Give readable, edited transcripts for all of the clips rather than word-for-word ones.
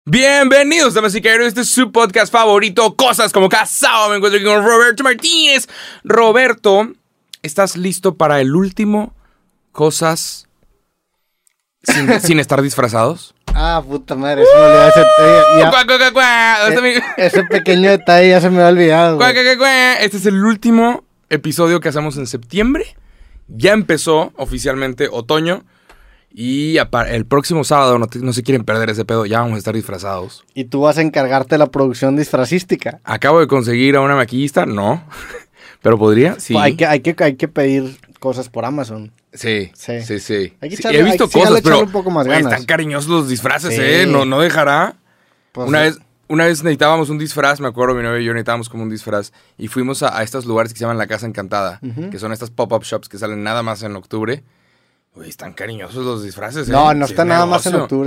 Bienvenidos, damas y caballeros, este es su podcast favorito, Cosas como Casado. Me encuentro aquí con Roberto Martínez. Roberto, ¿estás listo para el último Cosas sin estar disfrazados? Ah, puta madre, se me olvidó ese pequeño detalle ya se me ha olvidado. Este es el último episodio que hacemos en septiembre. Ya empezó oficialmente otoño. Y el próximo sábado, no se quieren perder ese pedo, ya vamos a estar disfrazados. ¿Y tú vas a encargarte de la producción disfracística? Acabo de conseguir a una maquillista, no. Pero podría, sí. Hay que pedir cosas por Amazon. Sí. He visto cosas, pero un poco más ganas. Están cariñosos los disfraces, sí. No dejará. Pues Una vez necesitábamos un disfraz, me acuerdo, mi novia y yo necesitábamos como un disfraz. Y fuimos a estos lugares que se llaman La Casa Encantada, que son estas pop-up shops que salen nada más en octubre. Uy, están cariñosos los disfraces, No están nada más en octubre,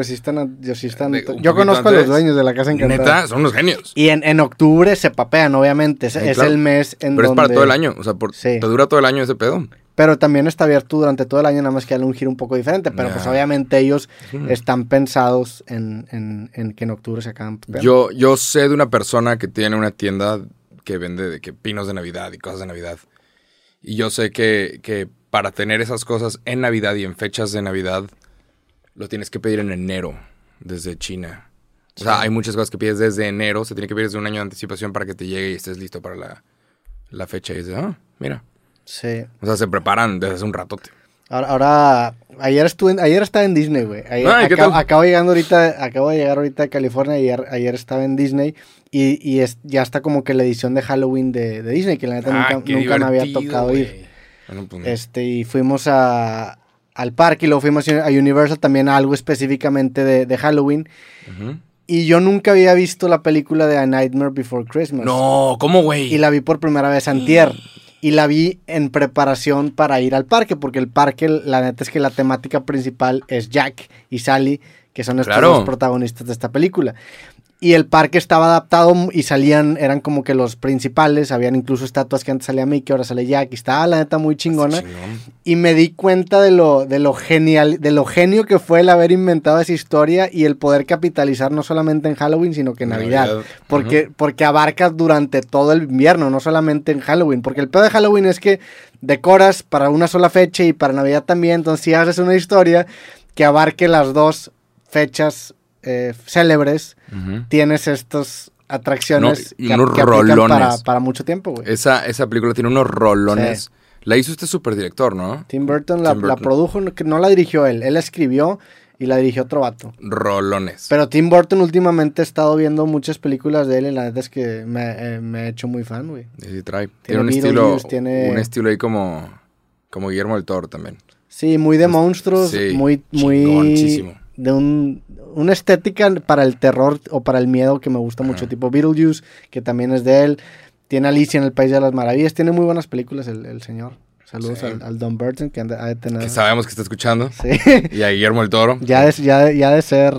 Yo conozco a los dueños de La Casa Encantada. Neta, son unos genios. Y en octubre se papean, obviamente, es claro. el mes en Pero donde... es para todo el año, o sea, te dura todo el año ese pedo. Pero también está abierto durante todo el año, nada más que darle un giro un poco diferente. Pero pues obviamente ellos están pensados en que en octubre se acaban pepeando. Yo sé de una persona que tiene una tienda que vende pinos de Navidad y cosas de Navidad. Y yo sé que para tener esas cosas en Navidad y en fechas de Navidad, lo tienes que pedir en enero, desde China. O sea, hay muchas cosas que pides desde enero, se tiene que pedir desde un año de anticipación para que te llegue y estés listo para la fecha. Y dices, mira. Sí. O sea, se preparan desde hace un ratote. Ahora ayer estaba en Disney, güey. Acabo de llegar ahorita a California y ayer estaba en Disney y ya está como que la edición de Halloween de Disney, que la neta nunca me había tocado ir. Bueno, pues, y fuimos al parque y luego fuimos a Universal también a algo específicamente de Halloween. Uh-huh. Y yo nunca había visto la película de A Nightmare Before Christmas. No, ¿cómo, güey? Y la vi por primera vez antier. Y la vi en preparación para ir al parque, porque el parque, la neta es que la temática principal es Jack y Sally, que son estos dos protagonistas de esta película. Y el parque estaba adaptado y eran como que los principales, habían incluso estatuas que antes salía Mickey, ahora sale Jack, y estaba la neta muy chingona. Y me di cuenta de lo genio que fue el haber inventado esa historia y el poder capitalizar no solamente en Halloween, sino que en Navidad. Porque abarcas durante todo el invierno, no solamente en Halloween. Porque el pedo de Halloween es que decoras para una sola fecha y para Navidad también. Entonces si haces una historia que abarque las dos fechas célebres, tienes estas atracciones y unos rolones para mucho tiempo, güey. Esa película tiene unos rolones. Sí. La hizo este superdirector, ¿no? Tim Burton la produjo, no la dirigió él la escribió y la dirigió otro vato. Rolones. Pero Tim Burton últimamente he estado viendo muchas películas de él y la verdad es que me he hecho muy fan, güey. Sí, trae. Tiene un estilo ahí como Guillermo del Toro también. Sí, muy de monstruos, sí, muy de una estética para el terror o para el miedo que me gusta mucho, tipo Beetlejuice, que también es de él. Tiene Alicia en el País de las Maravillas, tiene muy buenas películas el señor. Saludos al Don Burton, que ha de tener... Que sabemos que está escuchando. Sí. Y a Guillermo del Toro. Ya de ser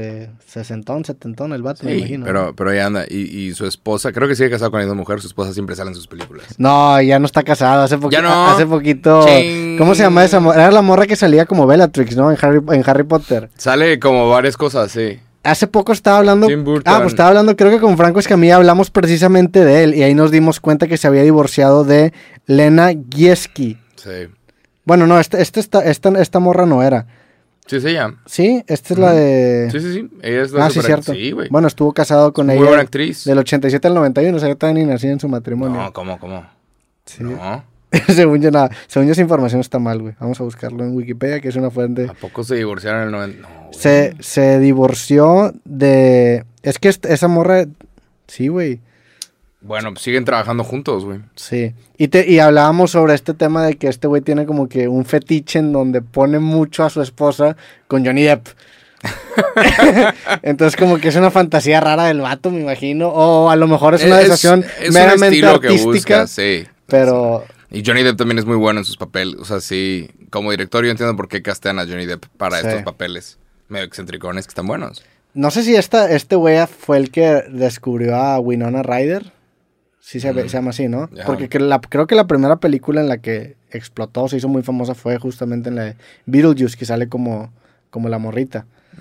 setentón el vato, sí, me imagino. Pero ahí anda. Y su esposa, creo que sigue casado con esa mujer, su esposa siempre sale en sus películas. No, ya no está casado. Hace poquito... Ching. ¿Cómo se llama esa morra? Era la morra que salía como Bellatrix, ¿no? En Harry Potter. Sale como varias cosas, sí. Hace poco estaba hablando... Tim Burton. Pues estaba hablando, creo que con Franco Escamilla hablamos precisamente de él. Y ahí nos dimos cuenta que se había divorciado de Lena Gieske. Sí. Bueno, no, esta morra no era. Sí, se llama. Sí, esta es la de... Sí. Ella es la sí, cierto. Sí, güey. Bueno, estuvo casado con ella. Muy buena actriz. Del 87 al 91, o sea, yo todavía ni nací en su matrimonio. No, ¿cómo? Sí. No. según yo esa información está mal, güey. Vamos a buscarlo en Wikipedia, que es una fuente... ¿A poco se divorciaron en el 90? No, güey. Se divorció de... Es que esa morra... Sí, güey. Bueno, pues siguen trabajando juntos, güey. Sí. Y hablábamos sobre este tema de que este güey tiene como que un fetiche en donde pone mucho a su esposa con Johnny Depp. Entonces como que es una fantasía rara del vato, me imagino. O a lo mejor es una decisión meramente un artística. Que busca, sí. Pero... Y Johnny Depp también es muy bueno en sus papeles. O sea, sí, como director yo entiendo por qué castean a Johnny Depp para estos papeles medio excentricones que están buenos. No sé si este güey fue el que descubrió a Winona Ryder. Sí se llama así, ¿no? Yeah. Porque creo que la primera película en la que se hizo muy famosa fue justamente en la de Beetlejuice, que sale como la morrita.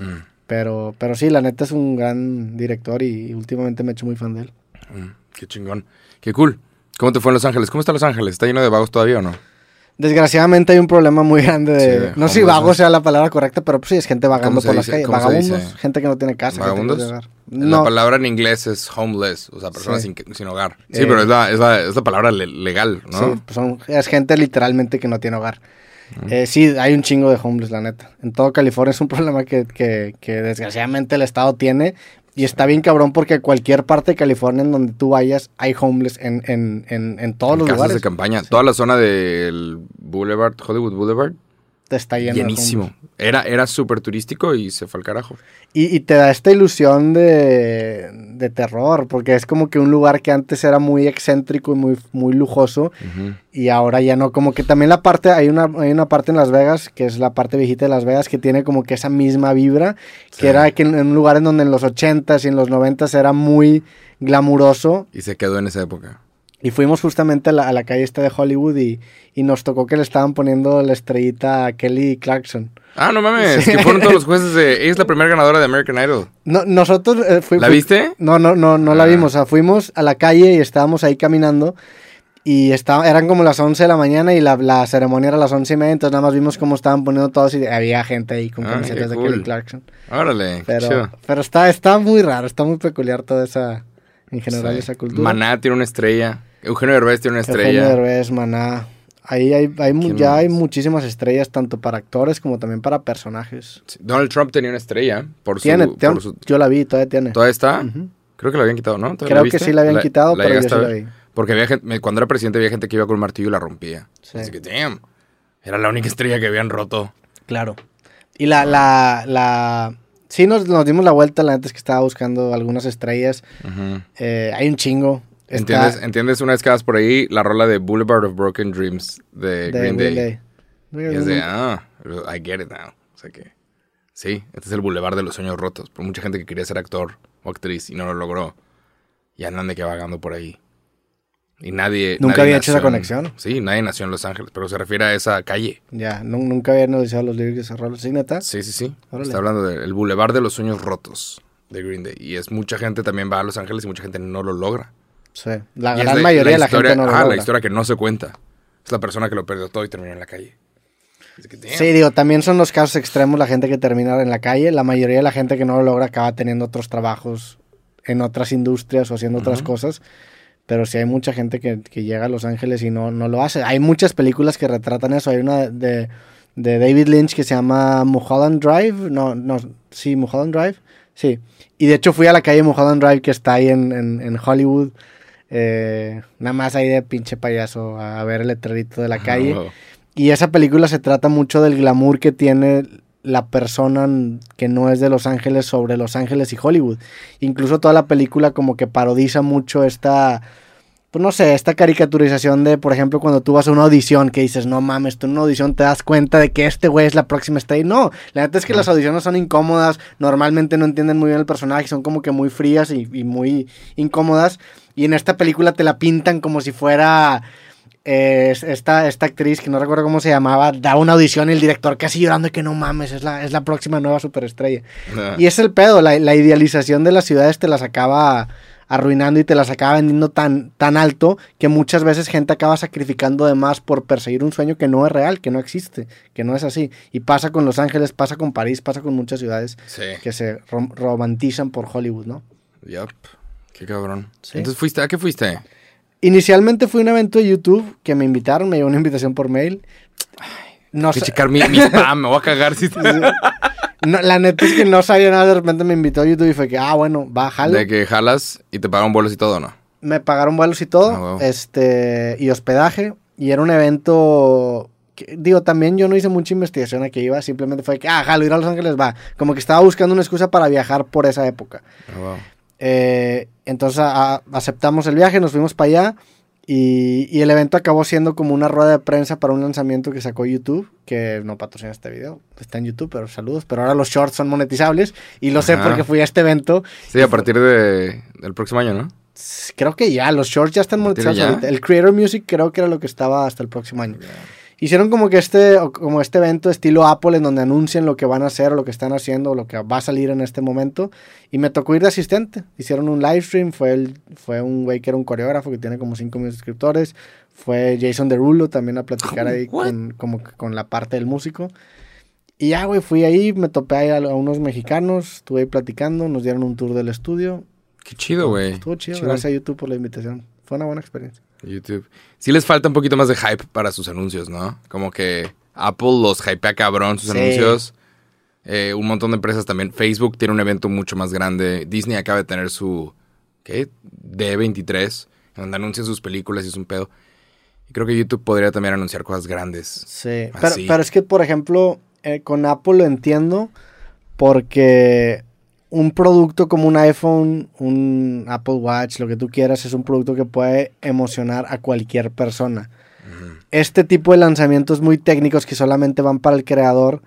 Pero sí, la neta es un gran director y últimamente me he hecho muy fan de él. Qué chingón. Qué cool. ¿Cómo te fue en Los Ángeles? ¿Cómo está Los Ángeles? ¿Está lleno de vagos todavía o no? Desgraciadamente hay un problema muy grande de... no sé si vago sea la palabra correcta, pero pues sí, es gente vagando por las calles. Vagabundos, gente que no tiene casa. ¿Vagabundos? La palabra en inglés es homeless, o sea, personas sin hogar. Sí, pero es la palabra legal, ¿no? Sí, es gente literalmente que no tiene hogar. Sí, hay un chingo de homeless, la neta. En todo California es un problema que desgraciadamente el estado tiene. Y está bien cabrón porque cualquier parte de California en donde tú vayas hay homeless en todos los casas lugares. De campaña. Sí. Toda la zona del Boulevard, Hollywood Boulevard. Está llenísimo. Era súper turístico y se fue al carajo. Y te da esta ilusión de terror, porque es como que un lugar que antes era muy excéntrico y muy, muy lujoso, y ahora ya no, como que también hay una parte en Las Vegas, que es la parte viejita de Las Vegas, que tiene como que esa misma vibra, que era que en un lugar en donde en los 80s y en los 90s era muy glamuroso. Y se quedó en esa época. Y fuimos justamente a la calle esta de Hollywood y nos tocó que le estaban poniendo la estrellita a Kelly Clarkson. Ah, no mames, sí. Que fueron todos los jueces ella es la primera ganadora de American Idol. No, nosotros ¿La viste? No la vimos, o sea, fuimos a la calle y estábamos ahí caminando y eran como las 11 de la mañana y la ceremonia era a las 11:30, entonces nada más vimos cómo estaban poniendo todos y había gente ahí con camisetas de Kelly Clarkson. Órale, pero está muy raro, está muy peculiar toda esa, en general, esa cultura. Maná tiene una estrella. Eugenio Derbez tiene una estrella. Eugenio Derbez, Maná. Ahí hay muchísimas estrellas, tanto para actores como también para personajes. Sí. Donald Trump tenía una estrella. Yo la vi, todavía tiene. ¿Todavía está? Creo que la habían quitado, ¿no? Creo que sí la habían quitado, pero yo sí la vi. Porque había gente, cuando era presidente había gente que iba con un martillo y la rompía. Sí. Así que, damn, era la única estrella que habían roto. Claro. Y sí nos dimos la vuelta, la neta es que estaba buscando algunas estrellas. Hay un chingo. ¿Entiendes una vez que vas por ahí la rola de Boulevard of Broken Dreams de Green Day? Y es de, I get it now. O sea que, sí, este es el Boulevard de los Sueños Rotos. Por mucha gente que quería ser actor o actriz y no lo logró. Y andan de que vagando por ahí. Y Nunca había hecho esa conexión. Sí, nadie nació en Los Ángeles, pero se refiere a esa calle. Ya, nunca había analizado los lyrics de esa rola. ¿Sí, neta? Sí. Órale. Está hablando del Boulevard de los Sueños Rotos de Green Day. Y mucha gente también va a Los Ángeles y mucha gente no lo logra. Sí, la gran mayoría de la gente no lo logra. La historia que no se cuenta. Es la persona que lo perdió todo y terminó en la calle. Sí, digo, también son los casos extremos la gente que termina en la calle. La mayoría de la gente que no lo logra acaba teniendo otros trabajos en otras industrias o haciendo otras cosas. Pero sí hay mucha gente que llega a Los Ángeles y no lo hace. Hay muchas películas que retratan eso. Hay una de David Lynch que se llama Mulholland Drive. Sí, Mulholland Drive. Sí. Y de hecho fui a la calle Mulholland Drive que está ahí en Hollywood. Nada más ahí de pinche payaso a ver el letrerito de la calle. Y esa película se trata mucho del glamour que tiene la persona que no es de Los Ángeles sobre Los Ángeles y Hollywood. Incluso toda la película como que parodiza mucho esta caricaturización de, por ejemplo, cuando tú vas a una audición que dices, no mames, tú en una audición te das cuenta de que este güey es la próxima estrella. No, la neta es que las audiciones son incómodas, normalmente no entienden muy bien el personaje, son como que muy frías y muy incómodas. Y en esta película te la pintan como si fuera esta actriz, que no recuerdo cómo se llamaba, da una audición y el director casi llorando y que no mames, es la próxima nueva superestrella. Y es el pedo, la idealización de las ciudades te las acaba arruinando y te las acaba vendiendo tan alto que muchas veces gente acaba sacrificando de más por perseguir un sueño que no es real, que no existe, que no es así. Y pasa con Los Ángeles, pasa con París, pasa con muchas ciudades que se romantizan por Hollywood, ¿no? Yup, qué cabrón. Sí. Entonces, ¿a qué fuiste? Inicialmente fui a un evento de YouTube que me invitaron, me llegó una invitación por mail. No sé. Checar mi spam, me voy a cagar si No, la neta es que no sabía nada, de repente me invitó a YouTube y fue que, bueno, va, jalo. De que jalas y te pagaron vuelos y todo, ¿no? Me pagaron vuelos y todo, y hospedaje, y era un evento que, también yo no hice mucha investigación a que iba, simplemente fue que, jalo, ir a Los Ángeles, va. Como que estaba buscando una excusa para viajar por esa época. Entonces aceptamos el viaje, nos fuimos para allá. Y el evento acabó siendo como una rueda de prensa para un lanzamiento que sacó YouTube, que no patrocina este video, está en YouTube, pero saludos. Pero ahora los shorts son monetizables y lo sé porque fui a este evento. Sí, a partir del próximo año, ¿no? Creo que ya, los shorts ya están monetizados ahorita. El Creator Music creo que era lo que estaba hasta el próximo año. hicieron como este evento estilo Apple en donde anuncian lo que van a hacer o lo que están haciendo o lo que va a salir en este momento. Y me tocó ir de asistente. Hicieron un live stream. Fue un güey que era un coreógrafo que tiene como 5 millones de suscriptores. Fue Jason Derulo también a platicar ahí con la parte del músico. Y ya, güey, fui ahí, me topé ahí a unos mexicanos. Estuve ahí platicando, nos dieron un tour del estudio. Qué chido, güey. Estuvo chido, gracias a YouTube por la invitación. Fue una buena experiencia. YouTube. Sí les falta un poquito más de hype para sus anuncios, ¿no? Como que Apple los hypea cabrón sus anuncios. Un montón de empresas también. Facebook tiene un evento mucho más grande. Disney acaba de tener su, ¿qué? D23, donde anuncian sus películas y es un pedo. Y creo que YouTube podría también anunciar cosas grandes. Sí, pero es que, por ejemplo, con Apple lo entiendo porque un producto como un iPhone, un Apple Watch, lo que tú quieras, es un producto que puede emocionar a cualquier persona. Uh-huh. Este tipo de lanzamientos muy técnicos que solamente van para el creador,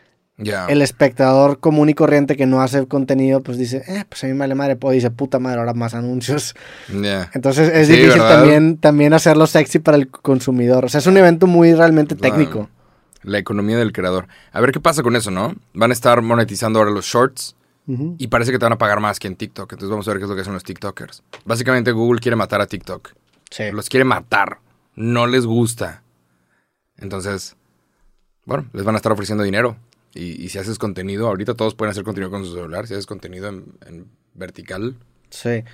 el espectador común y corriente que no hace contenido, pues dice, pues a mí me vale madre, pues dice, puta madre, ahora más anuncios. Entonces es difícil también hacerlo sexy para el consumidor. O sea, es un evento muy realmente técnico. La economía del creador. A ver qué pasa con eso, ¿no? Van a estar monetizando ahora los shorts. Uh-huh. Y parece que te van a pagar más que en TikTok. Entonces vamos a ver qué es lo que hacen los TikTokers. Básicamente Google quiere matar a TikTok. Sí. Los quiere matar. No les gusta. Entonces, bueno, les van a estar ofreciendo dinero. Y si haces contenido, ahorita todos pueden hacer contenido con su celular. Si haces contenido en vertical. Sí.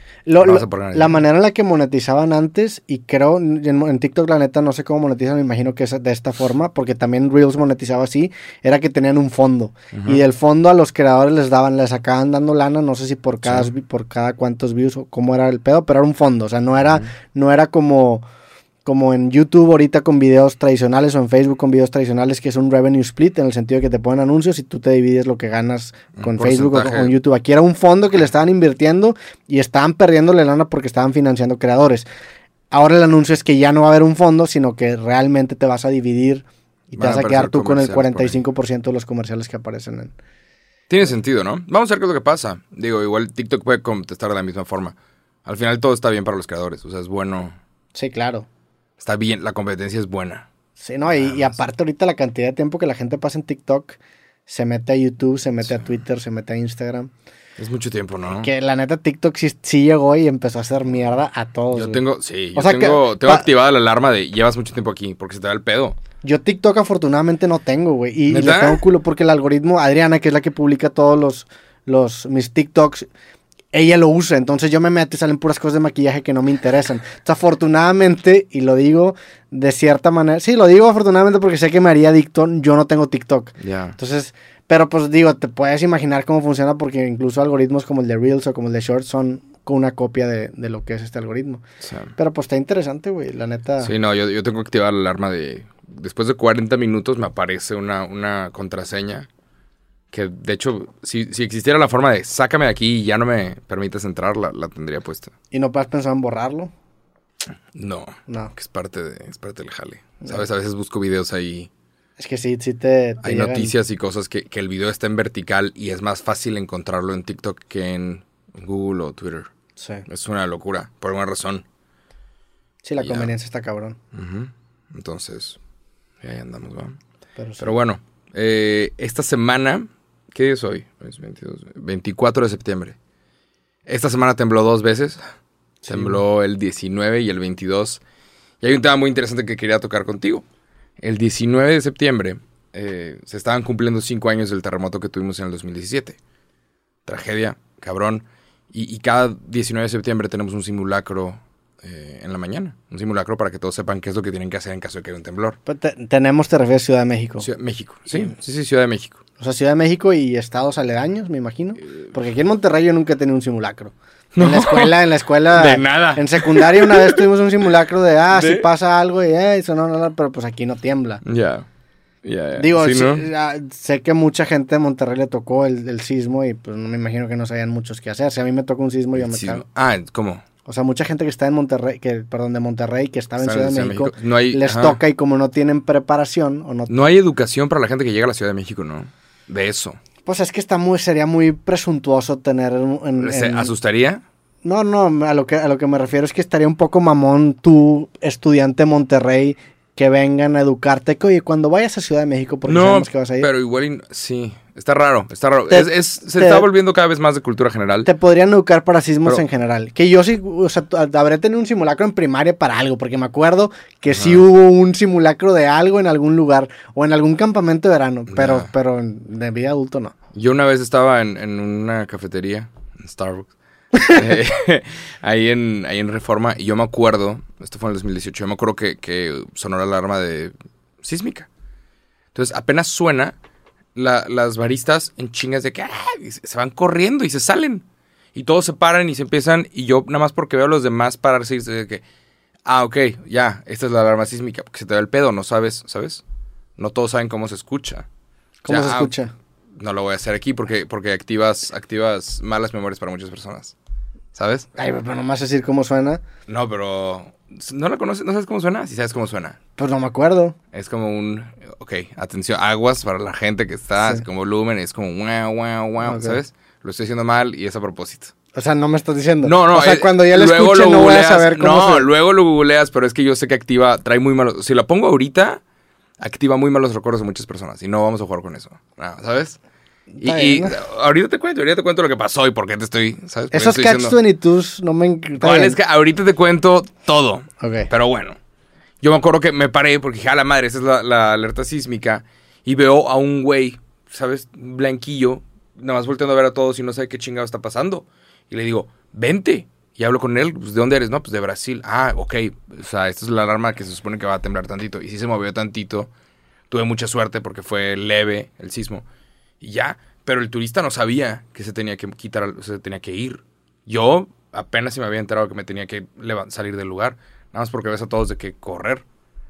La manera en la que monetizaban antes, y creo en TikTok la neta no sé cómo monetizan, me imagino que es de esta forma, porque también Reels monetizaba así, era que tenían un fondo. Uh-huh. Y del fondo a los creadores les acaban dando lana, no sé si por cada cuántos views o cómo era el pedo, pero era un fondo, o sea, no era como en YouTube ahorita con videos tradicionales o en Facebook con videos tradicionales, que es un revenue split, en el sentido de que te ponen anuncios y tú te divides lo que ganas con Facebook o con YouTube. Aquí era un fondo que le estaban invirtiendo y estaban perdiéndole lana porque estaban financiando creadores. Ahora el anuncio es que ya no va a haber un fondo, sino que realmente te vas a dividir y te vas a quedar tú con el 45% de los comerciales que aparecen en... Tiene sentido, ¿no? Vamos a ver qué es lo que pasa. Digo, igual TikTok puede contestar de la misma forma. Al final todo está bien para los creadores, o sea, es bueno. Sí, claro. Está bien, la competencia es buena. Sí, no, y aparte ahorita la cantidad de tiempo que la gente pasa en TikTok, se mete a YouTube, se mete a Twitter, se mete a Instagram. Es mucho tiempo, ¿no? Que la neta TikTok sí llegó y empezó a hacer mierda a todos. Yo tengo activada la alarma de llevas mucho tiempo aquí, porque se te da el pedo. Yo TikTok afortunadamente no tengo, güey. Y le tengo culo porque el algoritmo, Adriana, que es la que publica todos mis TikToks, ella lo usa, entonces yo me meto y salen puras cosas de maquillaje que no me interesan. Entonces, afortunadamente, y lo digo de cierta manera, sí, lo digo afortunadamente porque sé que me haría adicto, yo no tengo TikTok. Entonces, pero pues digo, te puedes imaginar cómo funciona porque incluso algoritmos como el de Reels o como el de Shorts son una copia de lo que es este algoritmo. Sí. Pero pues está interesante, güey, la neta. Sí, no, yo tengo que activar la alarma de... Después de 40 minutos me aparece una contraseña. Que, de hecho, si existiera la forma de sácame de aquí y ya no me permites entrar, la tendría puesta. ¿Y no has pensado en borrarlo? No. Que es parte del jale. ¿Sabes? A veces busco videos ahí. Es que sí te hay llegan noticias y cosas que el video está en vertical y es más fácil encontrarlo en TikTok que en Google o Twitter. Sí. Es una locura, por alguna razón. Sí, la conveniencia está cabrón. Uh-huh. Entonces, ahí andamos, ¿va? Pero bueno, esta semana... ¿Qué día es hoy? Es 24 de septiembre. Esta semana tembló 2 veces. Sí. Tembló el 19 y el 22. Y hay un tema muy interesante que quería tocar contigo. El 19 de septiembre se estaban cumpliendo 5 años del terremoto que tuvimos en el 2017. Tragedia, cabrón. Y cada 19 de septiembre tenemos un simulacro en la mañana. Un simulacro para que todos sepan qué es lo que tienen que hacer en caso de que haya un temblor. Te refieres a Ciudad de México. Ciudad de México, sí, Ciudad de México. O sea, Ciudad de México y estados aledaños, me imagino. Porque aquí en Monterrey yo nunca he tenido un simulacro. No. En la escuela. De nada. En secundaria una vez tuvimos un simulacro de, si pasa algo y eso no, pero pues aquí no tiembla. Ya. Digo, ¿Sí, no? sé que mucha gente de Monterrey le tocó el sismo y pues no me imagino que no sabían muchos qué hacer. Si a mí me tocó un sismo, yo me cago. ¿Cómo? O sea, mucha gente que está en Monterrey, de Monterrey, que estaba en Ciudad de México, les toca y como no tienen preparación o no hay educación para la gente que llega a la Ciudad de México, ¿no? De eso. Pues es que sería muy presuntuoso tener... ¿Se asustaría? No, a lo que me refiero es que estaría un poco mamón tú, estudiante de Monterrey, que vengan a educarte, que oye, cuando vayas a Ciudad de México, porque sabemos que vas a ir. Pero igual, sí, está raro. Se está volviendo cada vez más de cultura general. Te podrían educar para sismos en general. Que yo sí, o sea, habré tenido un simulacro en primaria para algo, porque me acuerdo que sí hubo un simulacro de algo en algún lugar, o en algún campamento de verano, pero de vida adulto no. Yo una vez estaba en una cafetería, en Starbucks, ahí en Reforma, y yo me acuerdo, esto fue en el 2018, yo me acuerdo que sonó la alarma de sísmica. Entonces apenas suena, las baristas en chingas de que se van corriendo y se salen. Y todos se paran y se empiezan, y yo nada más porque veo a los demás pararse y de que, ok, ya, esta es la alarma sísmica, porque se te va el pedo, no sabes, ¿sabes? No todos saben cómo se escucha. ¿Cómo se escucha? No lo voy a hacer aquí porque activas malas memorias para muchas personas. ¿Sabes? Ay, pero nomás decir cómo suena. No, pero... ¿No la conoces? ¿No sabes cómo suena? Sí sabes cómo suena. Pues no me acuerdo. Es como un... Ok, atención, aguas para la gente que está, sí. Con volumen, es como wow, okay. ¿Sabes? Lo estoy haciendo mal y es a propósito. O sea, no me estás diciendo. No. O sea, cuando ya lo escuche no voy a saber cómo suena. Luego lo googleas, pero es que yo sé que trae muy malos... Si la pongo ahorita, activa muy malos recuerdos de muchas personas y no vamos a jugar con eso. ¿Sabes? Y ahorita te cuento lo que pasó y por qué te estoy... ¿sabes? Esos Catch-22 no me encantan. ¿Cuál es que ahorita te cuento todo? Okay. Pero bueno, yo me acuerdo que me paré porque dije, la madre, esa es la alerta sísmica. Y veo a un güey, ¿sabes? Blanquillo, nada más volteando a ver a todos y no sabe qué chingado está pasando. Y le digo, vente. Y hablo con él, pues, ¿de dónde eres? No, pues de Brasil. Ok. O sea, esta es la alarma que se supone que va a temblar tantito. Y sí se movió tantito. Tuve mucha suerte porque fue leve el sismo. Y ya, pero el turista no sabía que se tenía que quitar, se tenía que ir. Yo apenas se me había enterado que me tenía que salir del lugar. Nada más porque ves a todos de que correr.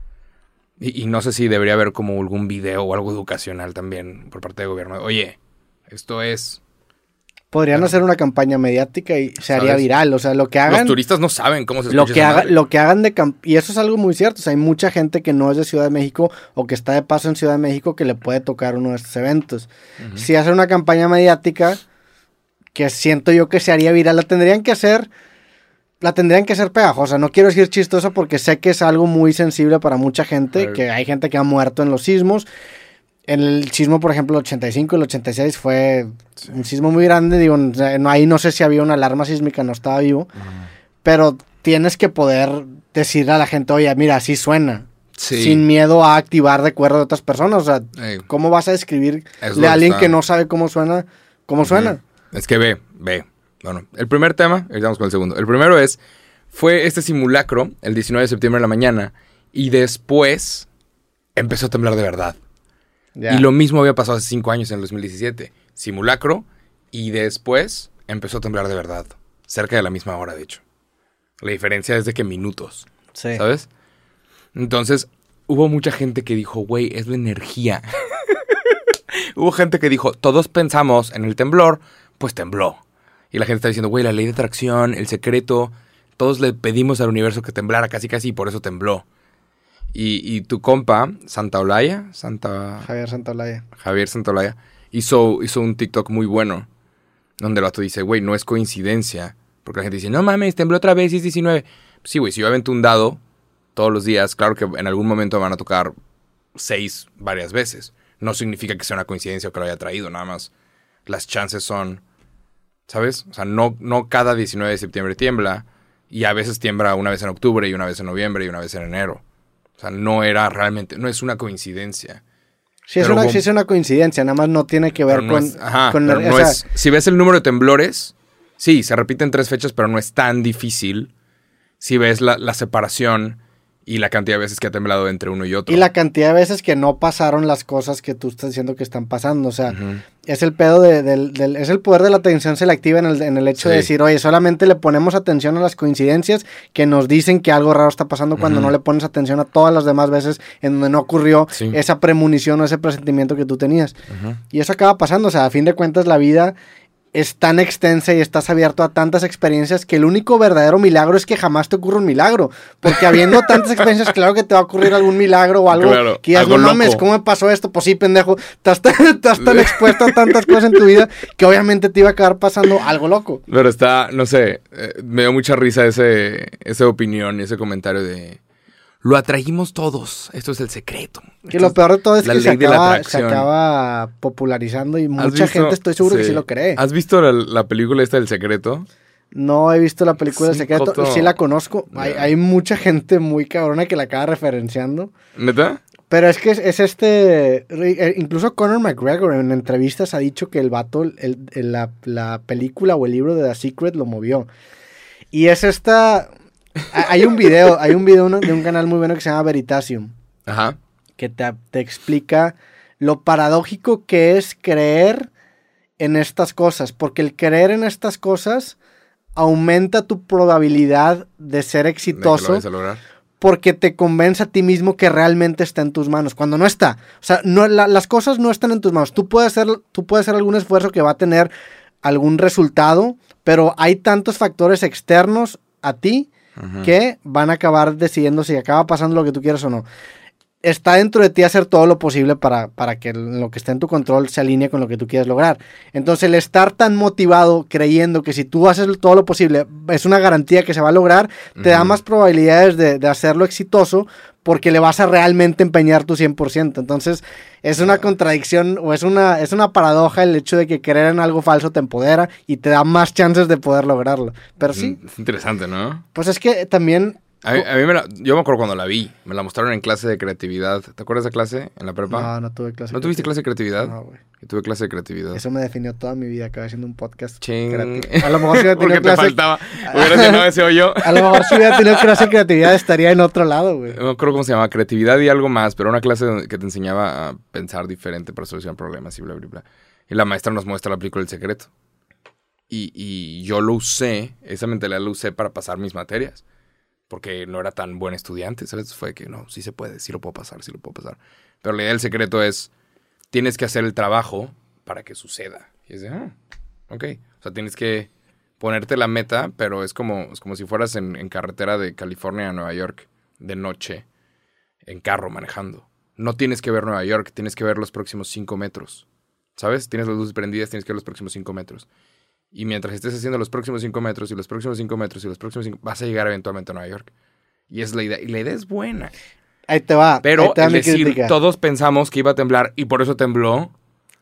Y no sé si debería haber como algún video o algo educacional también por parte del gobierno. Oye, esto es... Podrían hacer una campaña mediática y se haría viral. O sea, lo que hagan... Los turistas no saben cómo se escucha lo que hagan y eso es algo muy cierto. O sea, hay mucha gente que no es de Ciudad de México o que está de paso en Ciudad de México que le puede tocar uno de estos eventos. Uh-huh. Si hacen una campaña mediática, que siento yo que se haría viral, la tendrían que hacer pegajosa. No quiero decir chistosa porque sé que es algo muy sensible para mucha gente, que hay gente que ha muerto en los sismos. En el sismo, por ejemplo, el 85 y el 86 fue un sismo muy grande. Digo, ahí no sé si había una alarma sísmica, no estaba vivo. Pero tienes que poder decirle a la gente, oye, mira, así suena. Sí. Sin miedo a activar recuerdos de otras personas. O sea, ¿cómo vas a describirle a alguien que no sabe cómo suena? ¿Cómo suena? Es que ve. Bueno, el primer tema, vamos con el segundo. El primero fue este simulacro, el 19 de septiembre en la mañana, y después empezó a temblar de verdad. Yeah. Y lo mismo había pasado hace 5 años, en el 2017. Simulacro, y después empezó a temblar de verdad. Cerca de la misma hora, de hecho. La diferencia es de que minutos. Sí. ¿Sabes? Entonces, hubo mucha gente que dijo, güey, es la energía. Hubo gente que dijo, todos pensamos en el temblor, pues tembló. Y la gente está diciendo, güey, la ley de atracción, el secreto, todos le pedimos al universo que temblara casi y por eso tembló. Y tu compa, Javier Santaolalla, hizo un TikTok muy bueno, donde el vato dice, güey, no es coincidencia, porque la gente dice, no mames, tembló otra vez y es 19. Sí, güey, si yo avento un dado todos los días, claro que en algún momento me van a tocar 6 varias veces. No significa que sea una coincidencia o que lo haya traído, nada más las chances son, ¿sabes? O sea, no cada 19 de septiembre tiembla, y a veces tiembla una vez en octubre, y una vez en noviembre, y una vez en enero. O sea, no es una coincidencia. Sí, es una coincidencia, nada más no tiene que ver si ves el número de temblores, sí, se repiten 3 fechas, pero no es tan difícil si ves la separación y la cantidad de veces que ha temblado entre uno y otro. Y la cantidad de veces que no pasaron las cosas que tú estás diciendo que están pasando. O sea, es el pedo es el poder de la atención selectiva en el hecho de decir, oye, solamente le ponemos atención a las coincidencias que nos dicen que algo raro está pasando cuando no le pones atención a todas las demás veces en donde no ocurrió esa premonición o ese presentimiento que tú tenías. Y eso acaba pasando. O sea, a fin de cuentas, la vida es tan extensa y estás abierto a tantas experiencias que el único verdadero milagro es que jamás te ocurra un milagro. Porque habiendo tantas experiencias, claro que te va a ocurrir algún milagro o algo que ya no mames, ¿cómo me pasó esto? Pues sí, pendejo, estás tan expuesto a tantas cosas en tu vida que obviamente te iba a acabar pasando algo loco. Pero no sé, me dio mucha risa esa opinión, ese comentario de... Lo atraímos todos. Esto es el secreto. Que lo peor de todo es que se acaba popularizando y mucha gente estoy seguro que sí lo cree. ¿Has visto la película esta del secreto? No he visto la película del secreto. Sí la conozco. Yeah. Hay mucha gente muy cabrona que la acaba referenciando. ¿Neta? Pero es que es incluso Conor McGregor en entrevistas ha dicho que el vato, la película o el libro de The Secret lo movió. Y es hay un video de un canal muy bueno que se llama Veritasium. Ajá. Que te explica lo paradójico que es creer en estas cosas. Porque el creer en estas cosas aumenta tu probabilidad de ser exitoso. ¿De que lo vayas a lograr? Porque te convence a ti mismo que realmente está en tus manos. Cuando no está. O sea, las cosas no están en tus manos. Tú puedes hacer algún esfuerzo que va a tener algún resultado, pero hay tantos factores externos a ti que van a acabar decidiendo si acaba pasando lo que tú quieres o no. Está dentro de ti hacer todo lo posible para que lo que está en tu control se alinee con lo que tú quieres lograr. Entonces, el estar tan motivado creyendo que si tú haces todo lo posible es una garantía que se va a lograr, te da más probabilidades de hacerlo exitoso porque le vas a realmente empeñar tu 100%. Entonces, es una contradicción o es una paradoja el hecho de que creer en algo falso te empodera y te da más chances de poder lograrlo. Pero sí. Es interesante, ¿no? Pues es que también... yo me acuerdo cuando la vi, me la mostraron en clase de creatividad. ¿Te acuerdas de esa clase en la prepa? No tuve clase. ¿No tuviste clase de creatividad? No, güey. Yo tuve clase de creatividad. Eso me definió toda mi vida, acabé haciendo un podcast creativo. A lo mejor si hubiera tenido porque clase... te faltaba. Hubieras llenado ese hoyo. A lo mejor si hubiera tenido clase de creatividad estaría en otro lado, güey. No creo cómo se llama, creatividad y algo más, pero una clase que te enseñaba a pensar diferente para solucionar problemas y bla, bla, bla. Y la maestra nos muestra la película El Secreto. Y yo lo usé, esa mentalidad la usé para pasar mis materias. Porque no era tan buen estudiante, ¿sabes? Fue que no, sí se puede, sí lo puedo pasar. Pero la idea del secreto es, tienes que hacer el trabajo para que suceda. Y es de, ok. O sea, tienes que ponerte la meta, pero es como si fueras en carretera de California a Nueva York de noche, en carro manejando. No tienes que ver Nueva York, tienes que ver los próximos 5 metros. ¿Sabes? Tienes las luces prendidas, tienes que ver los próximos 5 metros. Y mientras estés haciendo los próximos 5 metros y los próximos 5 metros y los próximos 5, vas a llegar eventualmente a Nueva York. Y es la idea. Y la idea es buena. Ahí te va. Pero es decir, todos pensamos que iba a temblar y por eso tembló.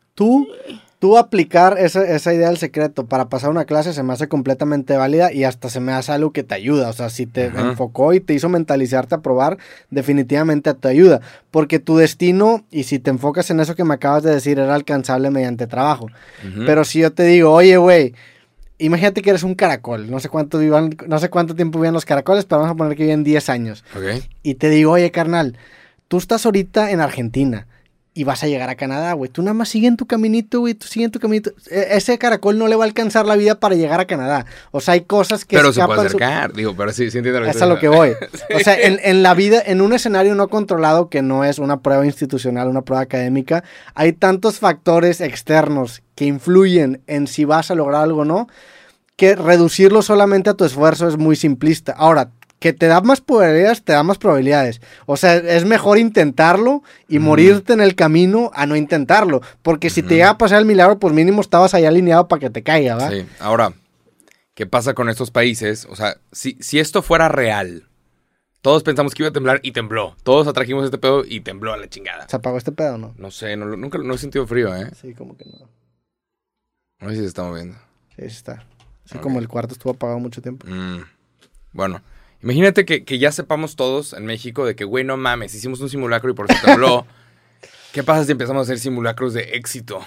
Tú aplicar esa idea del secreto para pasar una clase se me hace completamente válida y hasta se me hace algo que te ayuda. O sea, si te enfocó y te hizo mentalizarte a probar, definitivamente te ayuda. Porque tu destino, y si te enfocas en eso que me acabas de decir, era alcanzable mediante trabajo. Pero si yo te digo, oye, güey, imagínate que eres un caracol. No sé cuánto tiempo viven los caracoles, pero vamos a poner que viven 10 años. Okay. Y te digo, oye, carnal, tú estás ahorita en Argentina. Y vas a llegar a Canadá, güey. Tú nada más sigue en tu caminito, güey. Tú sigue en tu caminito. Ese caracol no le va a alcanzar la vida para llegar a Canadá. O sea, hay cosas que pero se puede acercar. Digo, pero sí entiendo lo que es a lo que voy. O sea, en la vida, en un escenario no controlado que no es una prueba institucional, una prueba académica, hay tantos factores externos que influyen en si vas a lograr algo o no, que reducirlo solamente a tu esfuerzo es muy simplista. Ahora, que te da más probabilidades, te da más probabilidades. O sea, es mejor intentarlo y morirte en el camino a no intentarlo. Porque si te llega a pasar el milagro, pues mínimo estabas ahí alineado para que te caiga, ¿va? Sí. Ahora, ¿qué pasa con estos países? O sea, si esto fuera real, todos pensamos que iba a temblar y tembló. Todos atrajimos este pedo y tembló a la chingada. ¿Se apagó este pedo o no? No sé, nunca he sentido frío, ¿eh? Sí, como que no. No sé si se está moviendo. Sí, está. Así como el cuarto estuvo apagado mucho tiempo. Bueno. Imagínate que ya sepamos todos en México de que, güey, no mames, hicimos un simulacro y por eso tembló. ¿Qué pasa si empezamos a hacer simulacros de éxito?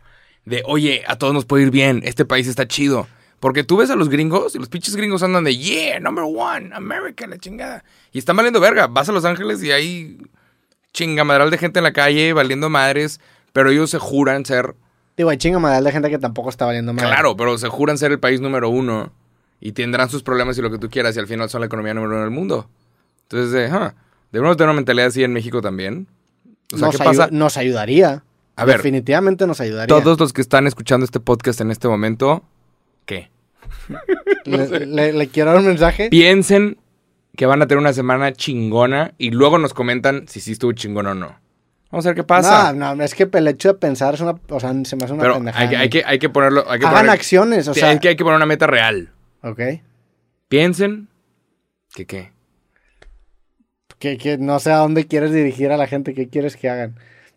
De, oye, a todos nos puede ir bien, este país está chido. Porque tú ves a los gringos y los pinches gringos andan de, yeah, number one, America, la chingada. Y están valiendo verga. Vas a Los Ángeles y hay chingamadral de gente en la calle valiendo madres, pero ellos se juran ser... Digo, hay chingamadral de gente que tampoco está valiendo madres. Claro, pero se juran ser el país número 1. Y tendrán sus problemas y lo que tú quieras. Y al final son la economía número 1 del mundo. Entonces, debemos tener una mentalidad así en México también. O sea, ¿qué pasa? Nos ayudaría. A ver. Definitivamente nos ayudaría. Todos los que están escuchando este podcast en este momento, ¿qué? ¿Le quiero dar un mensaje? Piensen que van a tener una semana chingona y luego nos comentan si sí estuvo chingón o no. Vamos a ver qué pasa. No, es que el hecho de pensar es una... O sea, se me hace una pendejada. Hay que ponerlo... Hagan acciones, o sea... Es que hay que poner una meta real. Ok. Piensen que ¿qué? Que no sé a dónde quieres dirigir a la gente, qué quieres que hagan.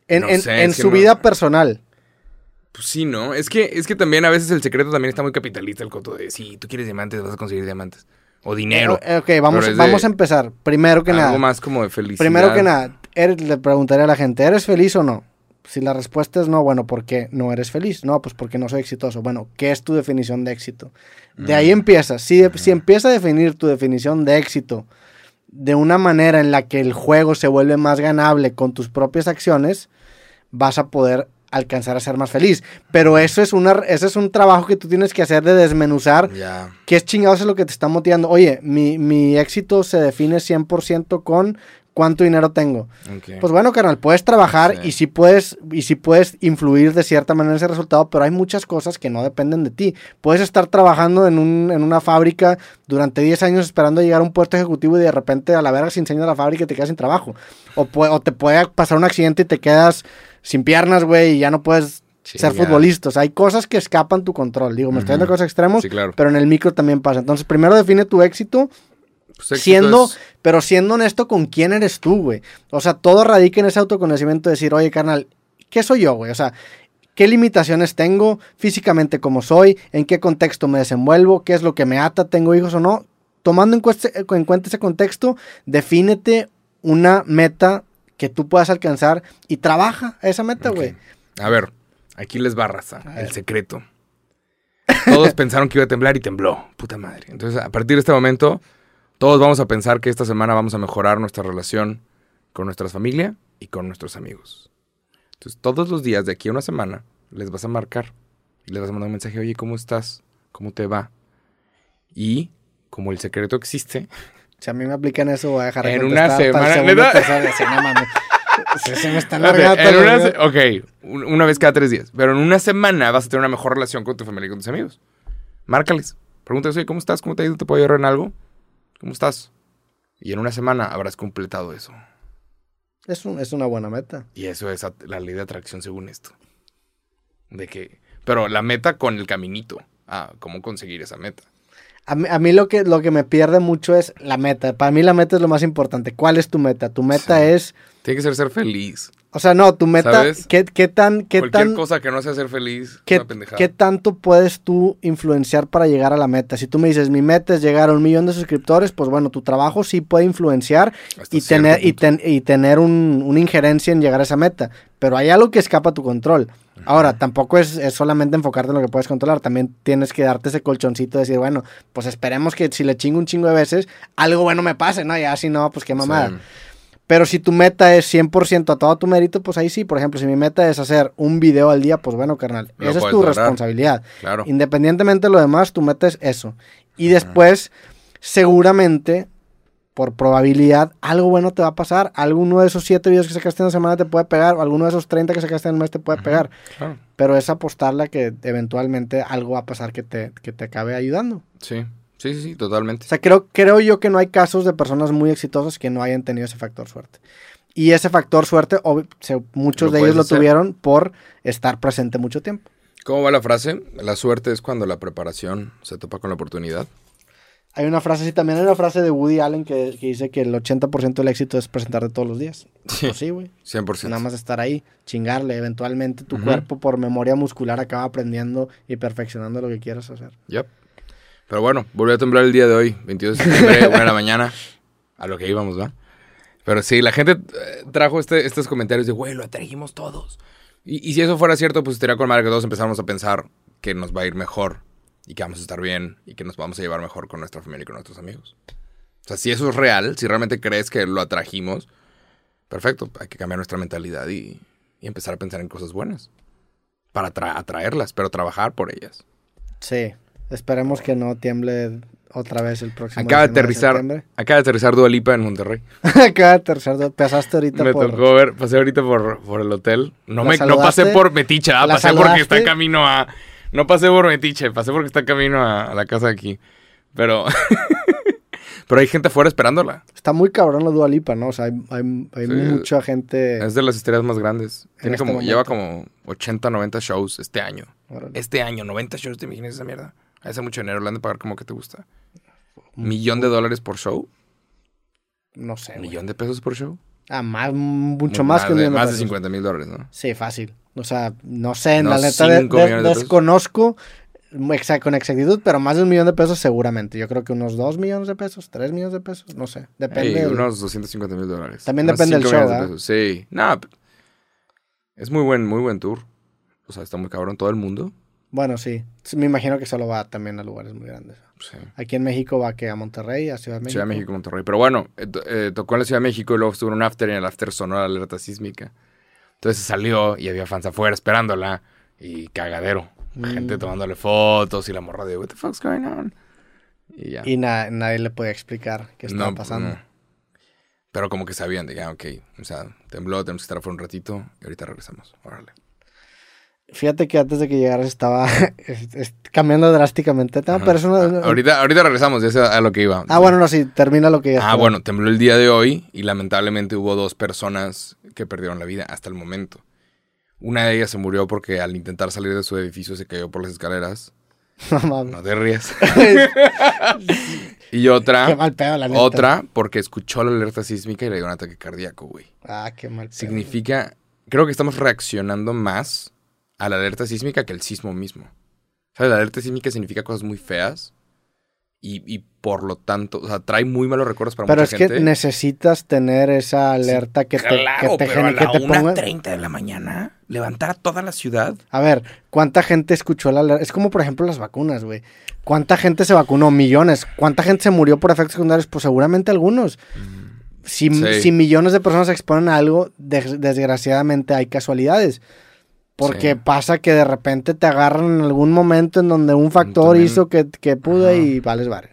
En su no... vida personal. Pues sí, ¿no? Es que también a veces el secreto también está muy capitalista, el coto de, sí, tú quieres diamantes, vas a conseguir diamantes. O dinero. Ok, vamos a empezar. Primero que nada. Algo más como de felicidad. Primero que nada, le preguntaré a la gente, ¿eres feliz o no? Si la respuesta es no, bueno, ¿por qué no eres feliz? No, pues porque no soy exitoso. Bueno, ¿qué es tu definición de éxito? De ahí empieza. Si empieza a definir tu definición de éxito de una manera en la que el juego se vuelve más ganable con tus propias acciones, vas a poder alcanzar a ser más feliz. Pero ese es un trabajo que tú tienes que hacer de desmenuzar qué es chingados es lo que te está motivando. Oye, mi éxito se define 100% con cuánto dinero tengo. Okay. Pues bueno, carnal, puedes trabajar y sí puedes influir de cierta manera en ese resultado, pero hay muchas cosas que no dependen de ti. Puedes estar trabajando en una fábrica durante 10 años esperando llegar a un puesto ejecutivo y de repente a la verga se incendia la fábrica y te quedas sin trabajo. O te puede pasar un accidente y te quedas sin piernas, güey, y ya no puedes ser futbolista. O sea, hay cosas que escapan tu control. Digo, me estoy dando cosas extremos, pero en el micro también pasa. Entonces, primero define tu éxito. Pues pero siendo honesto con quién eres tú, güey. O sea, todo radica en ese autoconocimiento de decir, oye, carnal, ¿qué soy yo, güey? O sea, ¿qué limitaciones tengo físicamente como soy? ¿En qué contexto me desenvuelvo? ¿Qué es lo que me ata? ¿Tengo hijos o no? Tomando en cuenta ese contexto, defínete una meta que tú puedas alcanzar y trabaja esa meta, güey. A ver, aquí les va, raza, el secreto. Todos pensaron que iba a temblar y tembló. Puta madre. Entonces, a partir de este momento, todos vamos a pensar que esta semana vamos a mejorar nuestra relación con nuestra familia y con nuestros amigos. Entonces, todos los días de aquí a una semana, les vas a marcar y les vas a mandar un mensaje, oye, ¿cómo estás? ¿Cómo te va? Y, como el secreto existe... Si a mí me aplican eso, voy a dejar de en una semana. Se me está largando. Ok, una vez cada 3 días. Pero en una semana vas a tener una mejor relación con tu familia y con tus amigos. Márcales. Pregúntales, oye, ¿cómo estás? ¿Cómo te ha ido? ¿Te puedo ayudar en algo? ¿Cómo estás? Y en una semana habrás completado eso. Es una buena meta. Y eso es la ley de atracción según esto. Pero la meta con el caminito. ¿Cómo conseguir esa meta? A mí lo que me pierde mucho es la meta. Para mí la meta es lo más importante. ¿Cuál es tu meta? Tu meta es... Tiene que ser feliz. O sea, no, tu meta... ¿Sabes? Cualquier cosa que no sea ser feliz es una pendejada. ¿Qué tanto puedes tú influenciar para llegar a la meta? Si tú me dices, mi meta es llegar a 1 millón de suscriptores, pues bueno, tu trabajo sí puede influenciar y tener una injerencia en llegar a esa meta. Pero hay algo que escapa a tu control. Ahora, tampoco es solamente enfocarte en lo que puedes controlar. También tienes que darte ese colchoncito de decir, bueno, pues esperemos que si le chingo un chingo de veces, algo bueno me pase, ¿no? Ya si no, pues qué mamada. Sí. Pero si tu meta es 100% a todo tu mérito, pues ahí sí. Por ejemplo, si mi meta es hacer un video al día, pues bueno, carnal, esa es tu responsabilidad. Claro. Independientemente de lo demás, tu meta es eso. Y después, seguramente... por probabilidad, algo bueno te va a pasar. Alguno de esos 7 videos que sacaste en una semana te puede pegar, o alguno de esos 30 que sacaste en un mes te puede pegar. Claro. Pero es apostarle a que eventualmente algo va a pasar que te acabe ayudando. Sí, totalmente. O sea, creo yo que no hay casos de personas muy exitosas que no hayan tenido ese factor suerte. Y ese factor suerte, muchos de ellos lo tuvieron por estar presente mucho tiempo. ¿Cómo va la frase? La suerte es cuando la preparación se topa con la oportunidad. Hay una frase, también hay una frase de Woody Allen que dice que el 80% del éxito es presentarte todos los días. Sí, pues sí, güey. 100%. Nada más estar ahí, chingarle. Eventualmente tu cuerpo por memoria muscular acaba aprendiendo y perfeccionando lo que quieras hacer. Yep. Pero bueno, volvió a temblar el día de hoy, 22 de septiembre, 1 de la mañana. A lo que íbamos, ¿va? Pero sí, la gente trajo estos comentarios de, güey, lo atrajimos todos. Y si eso fuera cierto, pues estaría con madre que todos empezáramos a pensar que nos va a ir mejor. Y que vamos a estar bien y que nos vamos a llevar mejor con nuestra familia y con nuestros amigos. O sea, si eso es real, si realmente crees que lo atrajimos, perfecto, hay que cambiar nuestra mentalidad y empezar a pensar en cosas buenas. Para atraerlas, pero trabajar por ellas. Sí, esperemos que no tiemble otra vez el próximo Acaba de aterrizar Dua Lipa en Monterrey. Acaba de aterrizar, pasaste ahorita pasé ahorita por el hotel. No pasé por Metiche, pasé porque está en camino a... No pasé por Metiche, pasé porque está en camino a la casa de aquí. Pero pero hay gente afuera esperándola. Está muy cabrón la Dua Lipa, ¿no? O sea, hay mucha gente... Es de las estrellas más grandes. Lleva como 80, 90 shows este año. Órale. Este año, 90 shows, ¿te imaginas esa mierda? Hace mucho dinero, le han de pagar como que te gusta. $1,000,000 por show. no sé. ¿$1 millón de pesos por show? Mucho más que $1 millón de pesos. Más de $50,000, ¿no? Sí, fácil. O sea, no sé, en No, la neta desconozco con exactitud, pero más de $1 millón de pesos seguramente. Yo creo que unos 2 millones de pesos, 3 millones de pesos, no sé. Depende. Unos $250,000. También depende del show, ¿eh? Sí. No, es muy buen tour. O sea, está muy cabrón todo el mundo. Bueno, sí. Me imagino que solo va también a lugares muy grandes. Sí. Aquí en México va a Monterrey, a Ciudad de México. Ciudad de México, Monterrey. Pero bueno, tocó en la Ciudad de México y luego estuvo en un after y en el after sonó la alerta sísmica. Entonces salió y había fans afuera esperándola y cagadero. Gente tomándole fotos y la morra de what the fuck's going on. Y ya. Y nadie le podía explicar qué estaba pasando. No. Pero como que sabían de ok, o sea, tembló, tenemos que estar afuera un ratito y ahorita regresamos. Órale. Fíjate que antes de que llegaras estaba cambiando drásticamente el tema, pero eso no... Ahorita regresamos, ya sé a lo que iba. Bueno, no, sí, termina lo que ya bueno, tembló el día de hoy y lamentablemente hubo 2 personas que perdieron la vida hasta el momento. Una de ellas se murió porque al intentar salir de su edificio se cayó por las escaleras. No te rías. Y otra... Qué mal pedo, la neta. Otra porque escuchó la alerta sísmica y le dio un ataque cardíaco, güey. Qué mal pedo. Significa... Creo que estamos reaccionando más a la alerta sísmica que el sismo mismo. ¿Sabes? La alerta sísmica significa cosas muy feas y por lo tanto, o sea, trae muy malos recuerdos para mucha gente. Pero es que necesitas tener esa alerta que te pero a la ponga... 1:30 de la mañana, levantar a toda la ciudad. A ver, ¿cuánta gente escuchó la alerta? Es como, por ejemplo, las vacunas, güey. ¿Cuánta gente se vacunó? Millones. ¿Cuánta gente se murió por efectos secundarios? Pues seguramente algunos. Si millones de personas se exponen a algo, desgraciadamente hay casualidades. Porque pasa que de repente te agarran en algún momento en donde un factor hizo que pude y vales barrio.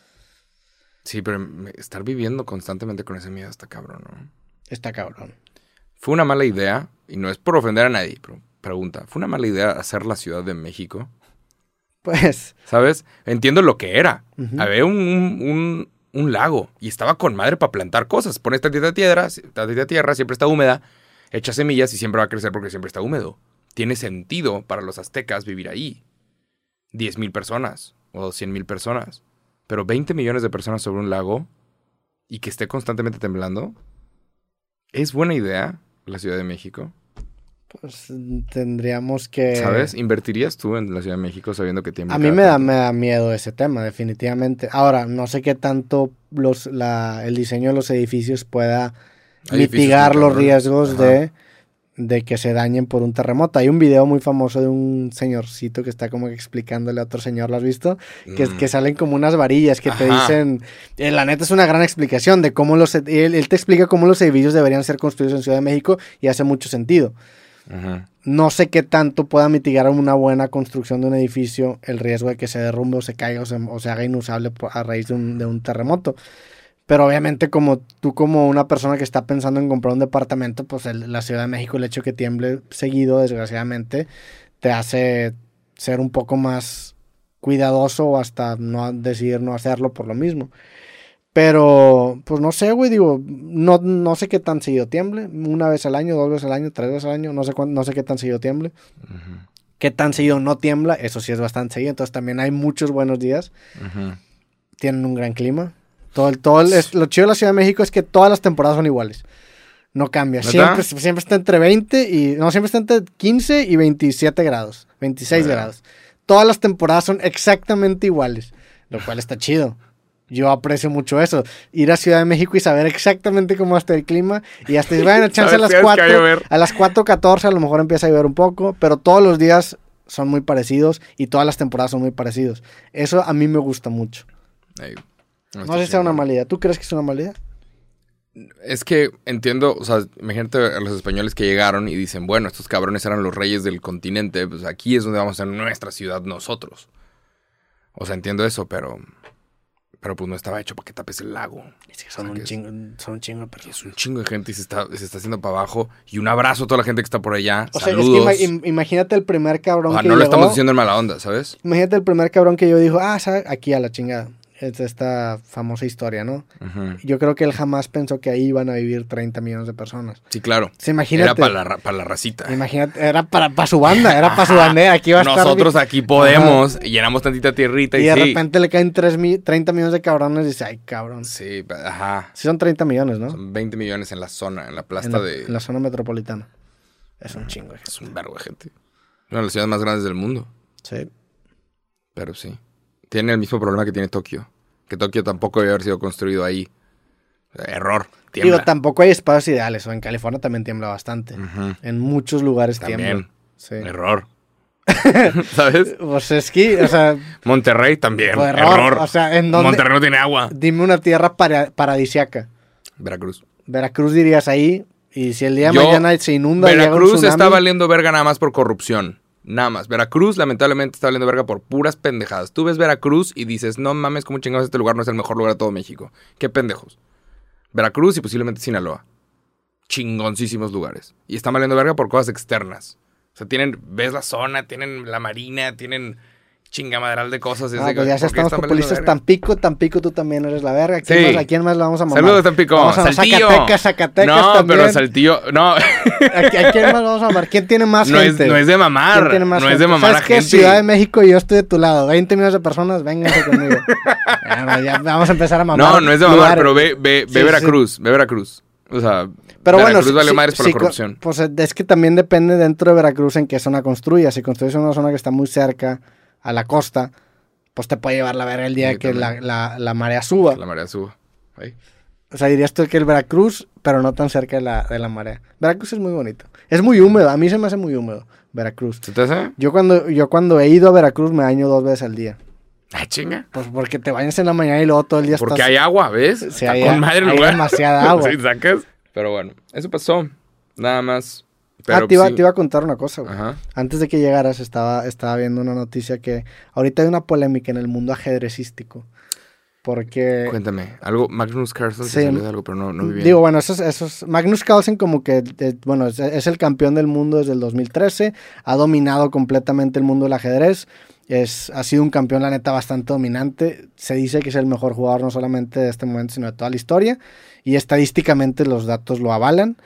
Sí, pero estar viviendo constantemente con ese miedo está cabrón, ¿no? Está cabrón. Fue una mala idea, y no es por ofender a nadie, pero pregunta, ¿fue una mala idea hacer la Ciudad de México? Pues... ¿Sabes? Entiendo lo que era. Había un lago y estaba con madre para plantar cosas. Pones tantita tierra, siempre está húmeda, echa semillas y siempre va a crecer porque siempre está húmedo. Tiene sentido para los aztecas vivir ahí. 10,000 personas o 100,000 personas. Pero 20 millones de personas sobre un lago y que esté constantemente temblando. ¿Es buena idea la Ciudad de México? Pues tendríamos que... ¿Sabes? ¿Invertirías tú en la Ciudad de México sabiendo que tiembla? A mí me da miedo ese tema, definitivamente. Ahora, no sé qué tanto el diseño de los edificios pueda mitigar los riesgos de que se dañen por un terremoto. Hay un video muy famoso de un señorcito que está como explicándole a otro señor, ¿lo has visto? Que salen como unas varillas que te dicen... la neta es una gran explicación de cómo él te explica cómo los edificios deberían ser construidos en Ciudad de México y hace mucho sentido. No sé qué tanto pueda mitigar una buena construcción de un edificio el riesgo de que se derrumbe o se caiga o se haga inusable a raíz de un terremoto. Pero obviamente como una persona que está pensando en comprar un departamento, pues la Ciudad de México, el hecho de que tiemble seguido, desgraciadamente, te hace ser un poco más cuidadoso o hasta decidir no hacerlo por lo mismo. Pero, pues no sé, güey, digo, no sé qué tan seguido tiemble. 1 vez al año, 2 veces al año, 3 veces al año, no sé qué tan seguido tiemble. Qué tan seguido no tiembla, eso sí es bastante seguido. Entonces también hay muchos buenos días. Tienen un gran clima. Lo chido de la Ciudad de México es que todas las temporadas son iguales. No cambia. Siempre está entre 20 siempre está entre 15 y 27 grados. 26 grados. Todas las temporadas son exactamente iguales. Lo cual está chido. Yo aprecio mucho eso. Ir a Ciudad de México y saber exactamente cómo está el clima. Y hasta bueno, chance a las 4:14 a lo mejor empieza a llover un poco. Pero todos los días son muy parecidos. Y todas las temporadas son muy parecidos. Eso a mí me gusta mucho. No sé si sea una mala idea. ¿Tú crees que es una mala idea? Es que entiendo, o sea, imagínate a los españoles que llegaron y dicen, bueno, estos cabrones eran los reyes del continente, pues aquí es donde vamos a hacer nuestra ciudad nosotros. O sea, entiendo eso, pero pues no estaba hecho para que tapes el lago. Es que son un chingo de personas. Es un chingo de gente y se está haciendo para abajo. Y un abrazo a toda la gente que está por allá. O saludos. sea, es que imagínate el primer cabrón que no lo estamos diciendo en mala onda, ¿sabes? Imagínate el primer cabrón que yo dijo, ¿sabes? Aquí a la chingada. Es esta famosa historia, ¿no? Uh-huh. Yo creo que él jamás pensó que ahí iban a vivir 30 millones de personas. Sí, claro. Imagínate, era para la racita. Imagínate, era para su banda, era para su bandera. Aquí iba a estar nosotros aquí podemos, y llenamos tantita tierrita y de repente le caen 30 millones de cabrones y dice, ay, cabrón. Sí, ajá. Sí son 30 millones, ¿no? Son 20 millones en la zona, en la plaza en la zona metropolitana. Es un chingo de gente. Es un vergo de gente. Una de las ciudades más grandes del mundo. Sí. Pero sí. Tiene el mismo problema que tiene Tokio. Que Tokio tampoco debe haber sido construido ahí. Error. Tiembla. Digo, tampoco hay espacios ideales. O en California también tiembla bastante. Uh-huh. En muchos lugares también. tiembla. Sí. Error. ¿Sabes? Pues es que, o sea... Monterrey también. Pues error. O sea, ¿en dónde? Monterrey no tiene agua. Dime una tierra paradisiaca. Veracruz. Veracruz dirías ahí. Y si el día de mañana se inunda... Veracruz está valiendo verga nada más por corrupción. Nada más. Veracruz, lamentablemente, está valiendo verga por puras pendejadas. Tú ves Veracruz y dices, no mames, ¿cómo chingados este lugar no es el mejor lugar de todo México? Qué pendejos. Veracruz y posiblemente Sinaloa. Chingoncísimos lugares. Y están valiendo verga por cosas externas. O sea, ves la zona, tienen la marina, tienen chingamadral de cosas. Pues ya estamos populistas. Tampico, tú también eres la verga. ¿A quién más le vamos a mamar? Saludos, Tampico. Vamos a Saltillo. Zacatecas no, también. Pero Saltillo, no. ¿A quién más vamos a mamar? ¿Quién tiene más gente? No es de mamar. Es de mamar a gente. ¿Sabes qué? Ciudad de México y yo estoy de tu lado. 20 millones de personas, vénganse conmigo. ya vamos a empezar a mamar. No es de mamar, pero ve Veracruz. Ve Veracruz. O sea, pero Veracruz vale madres por la corrupción. Pues es que también depende dentro de Veracruz en qué zona construyas. Si construyes en una zona que está muy cerca a la costa, pues te puede llevar la verga el día que la marea suba. La marea suba. Ahí. O sea, dirías tú que el Veracruz, pero no tan cerca de la marea. Veracruz es muy bonito. Es muy húmedo. A mí se me hace muy húmedo Veracruz. ¿Se te hace? Yo cuando he ido a Veracruz me baño 2 veces al día. Ah, chinga. Pues porque te bañas en la mañana y luego todo el día porque hay agua, ¿ves? Sí, hay demasiada agua. ¿Sí sacas? Pero bueno, eso pasó. Nada más. Pero te iba a contar una cosa, güey. Ajá. Antes de que llegaras estaba viendo una noticia que ahorita hay una polémica en el mundo ajedrecístico. Porque... Cuéntame, algo, Magnus Carlsen se salió de algo, pero no vi bien. Digo, bueno, eso es Magnus Carlsen como que, es el campeón del mundo desde el 2013, ha dominado completamente el mundo del ajedrez, ha sido un campeón, la neta, bastante dominante, se dice que es el mejor jugador no solamente de este momento, sino de toda la historia, y estadísticamente los datos lo avalan,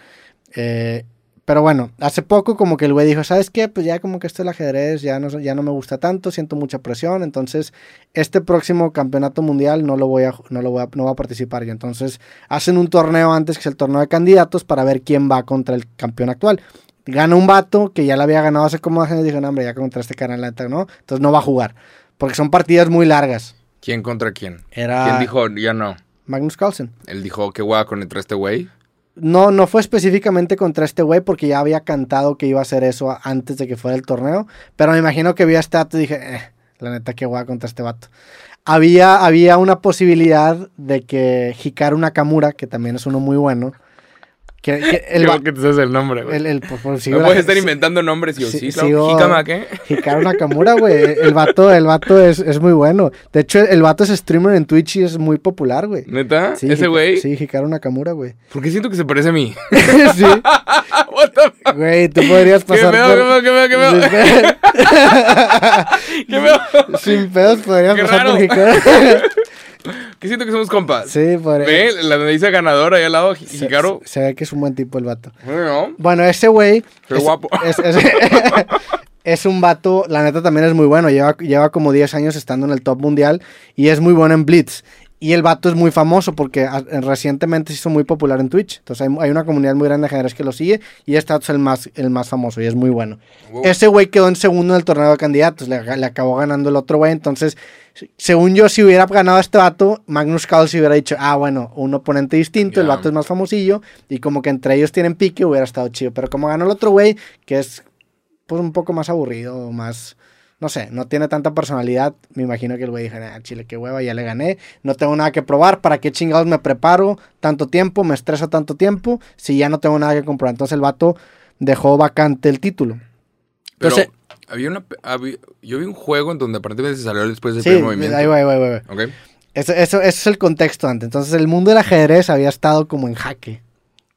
pero bueno, hace poco como que el güey dijo, ¿sabes qué? Pues ya como que esto del ajedrez ya no me gusta tanto, siento mucha presión, entonces este próximo campeonato mundial no voy a participar. Y entonces hacen un torneo antes, que es el torneo de candidatos, para ver quién va contra el campeón actual. Gana un vato que ya la había ganado hace como años y dijo, no, hombre, ya contra este canal, ¿no? Entonces no va a jugar, porque son partidas muy largas. ¿Quién contra quién? ¿Quién dijo, ya no? Magnus Carlsen. Él dijo, ¿qué hueá contra este güey? No fue específicamente contra este güey porque ya había cantado que iba a hacer eso antes de que fuera el torneo, pero me imagino que vi a este vato y dije, la neta que guay contra este vato. Había una posibilidad de que Hikaru Nakamura, que también es uno muy bueno, que te sabes el nombre, güey. No puedes estar inventando nombres, ¿Hikama qué? Hikaru Nakamura, güey. El vato es muy bueno. De hecho, el vato es streamer en Twitch y es muy popular, güey. ¿Neta? Sí, ¿ese güey? Sí, Hikaru Nakamura, güey. ¿Por qué siento que se parece a mí? Sí. Güey, tú podrías pasar ¿Qué veo? Sin pedos podrías pasar por Hikaru. Que siento que somos compas. Sí, por ¿Ve? La donde dice ganador ahí al lado, Hikaru. Se ve que es un buen tipo el vato. No. Bueno, ese güey... Qué guapo. Es un vato, la neta también es muy bueno. Lleva como 10 años estando en el top mundial y es muy bueno en Blitz. Y el vato es muy famoso porque recientemente se hizo muy popular en Twitch. Entonces hay una comunidad muy grande de ajedrez que lo sigue y este vato es el más famoso y es muy bueno. Wow. Ese güey quedó en segundo en el torneo de candidatos. Le acabó ganando el otro güey. Entonces, según yo, si hubiera ganado este vato, Magnus Carlsen hubiera dicho, bueno, un oponente distinto, el vato es más famosillo y como que entre ellos tienen pique, hubiera estado chido. Pero como ganó el otro güey, que es pues un poco más aburrido, más... No sé, no tiene tanta personalidad. Me imagino que el güey dijo, chile, qué hueva, ya le gané. No tengo nada que probar. ¿Para qué chingados me preparo tanto tiempo? Me estreso tanto tiempo si ya no tengo nada que comprobar. Entonces el vato dejó vacante el título. Entonces, pero yo vi un juego en donde aparentemente se salió después del primer movimiento. Ahí va. Okay. Eso es el contexto antes. Entonces el mundo del ajedrez había estado como en jaque.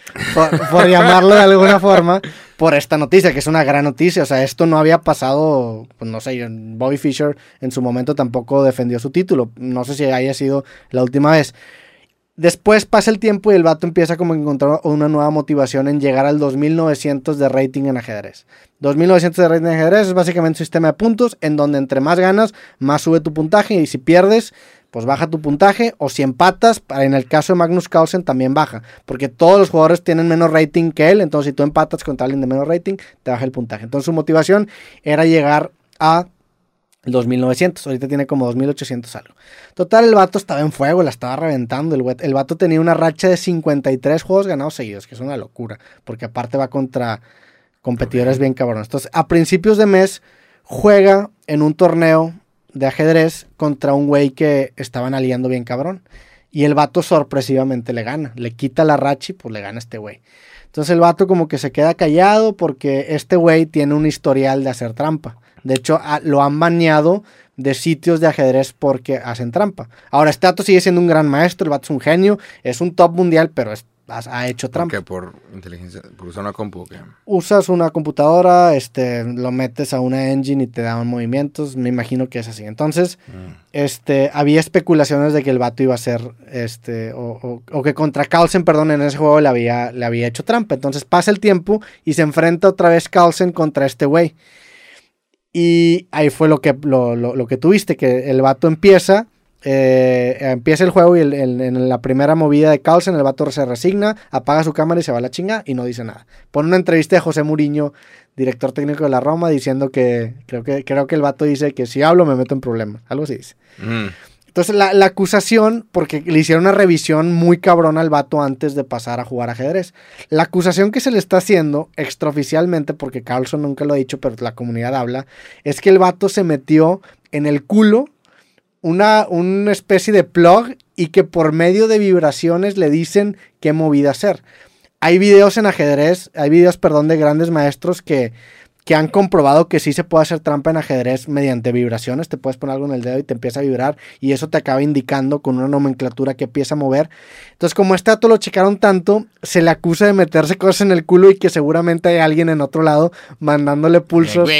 por llamarlo de alguna forma, por esta noticia, que es una gran noticia. O sea, esto no había pasado, pues no sé, Bobby Fischer en su momento tampoco defendió su título. No sé si haya sido la última vez. Después pasa el tiempo y el vato empieza como a encontrar una nueva motivación en llegar al 2900 de rating en ajedrez. 2900 de rating en ajedrez es básicamente un sistema de puntos en donde entre más ganas, más sube tu puntaje, y si pierdes, pues baja tu puntaje, o si empatas, en el caso de Magnus Carlsen también baja, porque todos los jugadores tienen menos rating que él, entonces si tú empatas contra alguien de menos rating, te baja el puntaje. Entonces su motivación era llegar a el 2900, ahorita tiene como 2800 algo. Total, el vato estaba en fuego, la estaba reventando. El vato tenía una racha de 53 juegos ganados seguidos, que es una locura, porque aparte va contra competidores bien cabrones. Entonces, a principios de mes, juega en un torneo de ajedrez contra un güey que estaban aliando bien cabrón. Y el vato sorpresivamente le gana, le quita la racha y pues le gana a este güey. Entonces el vato como que se queda callado porque este güey tiene un historial de hacer trampa. De hecho, lo han baneado de sitios de ajedrez porque hacen trampa. Ahora, este vato sigue siendo un gran maestro, el vato es un genio, es un top mundial, pero ha hecho trampa. ¿Por qué? ¿Por inteligencia? ¿Por usar una compu? ¿Qué? Usas una computadora, lo metes a una engine y te dan movimientos, me imagino que es así. Entonces, había especulaciones de que el vato iba a ser, o que contra Carlsen, perdón, en ese juego le había hecho trampa. Entonces pasa el tiempo y se enfrenta otra vez Carlsen contra este güey. Y ahí fue lo que tuviste, que el vato empieza el juego y en la primera movida de Carlsen el vato se resigna, apaga su cámara y se va a la chinga y no dice nada. Pone una entrevista de José Mourinho, director técnico de la Roma, diciendo que creo que el vato dice que si hablo me meto en problemas, algo así dice. Entonces la acusación, porque le hicieron una revisión muy cabrona al vato antes de pasar a jugar ajedrez. La acusación que se le está haciendo extraoficialmente, porque Carlsen nunca lo ha dicho, pero la comunidad habla, es que el vato se metió en el culo una especie de plug y que por medio de vibraciones le dicen qué movida hacer. Hay videos de grandes maestros que han comprobado que sí se puede hacer trampa en ajedrez mediante vibraciones. Te puedes poner algo en el dedo y te empieza a vibrar y eso te acaba indicando con una nomenclatura que empieza a mover. Entonces, como este dato lo checaron tanto, se le acusa de meterse cosas en el culo y que seguramente hay alguien en otro lado mandándole pulsos.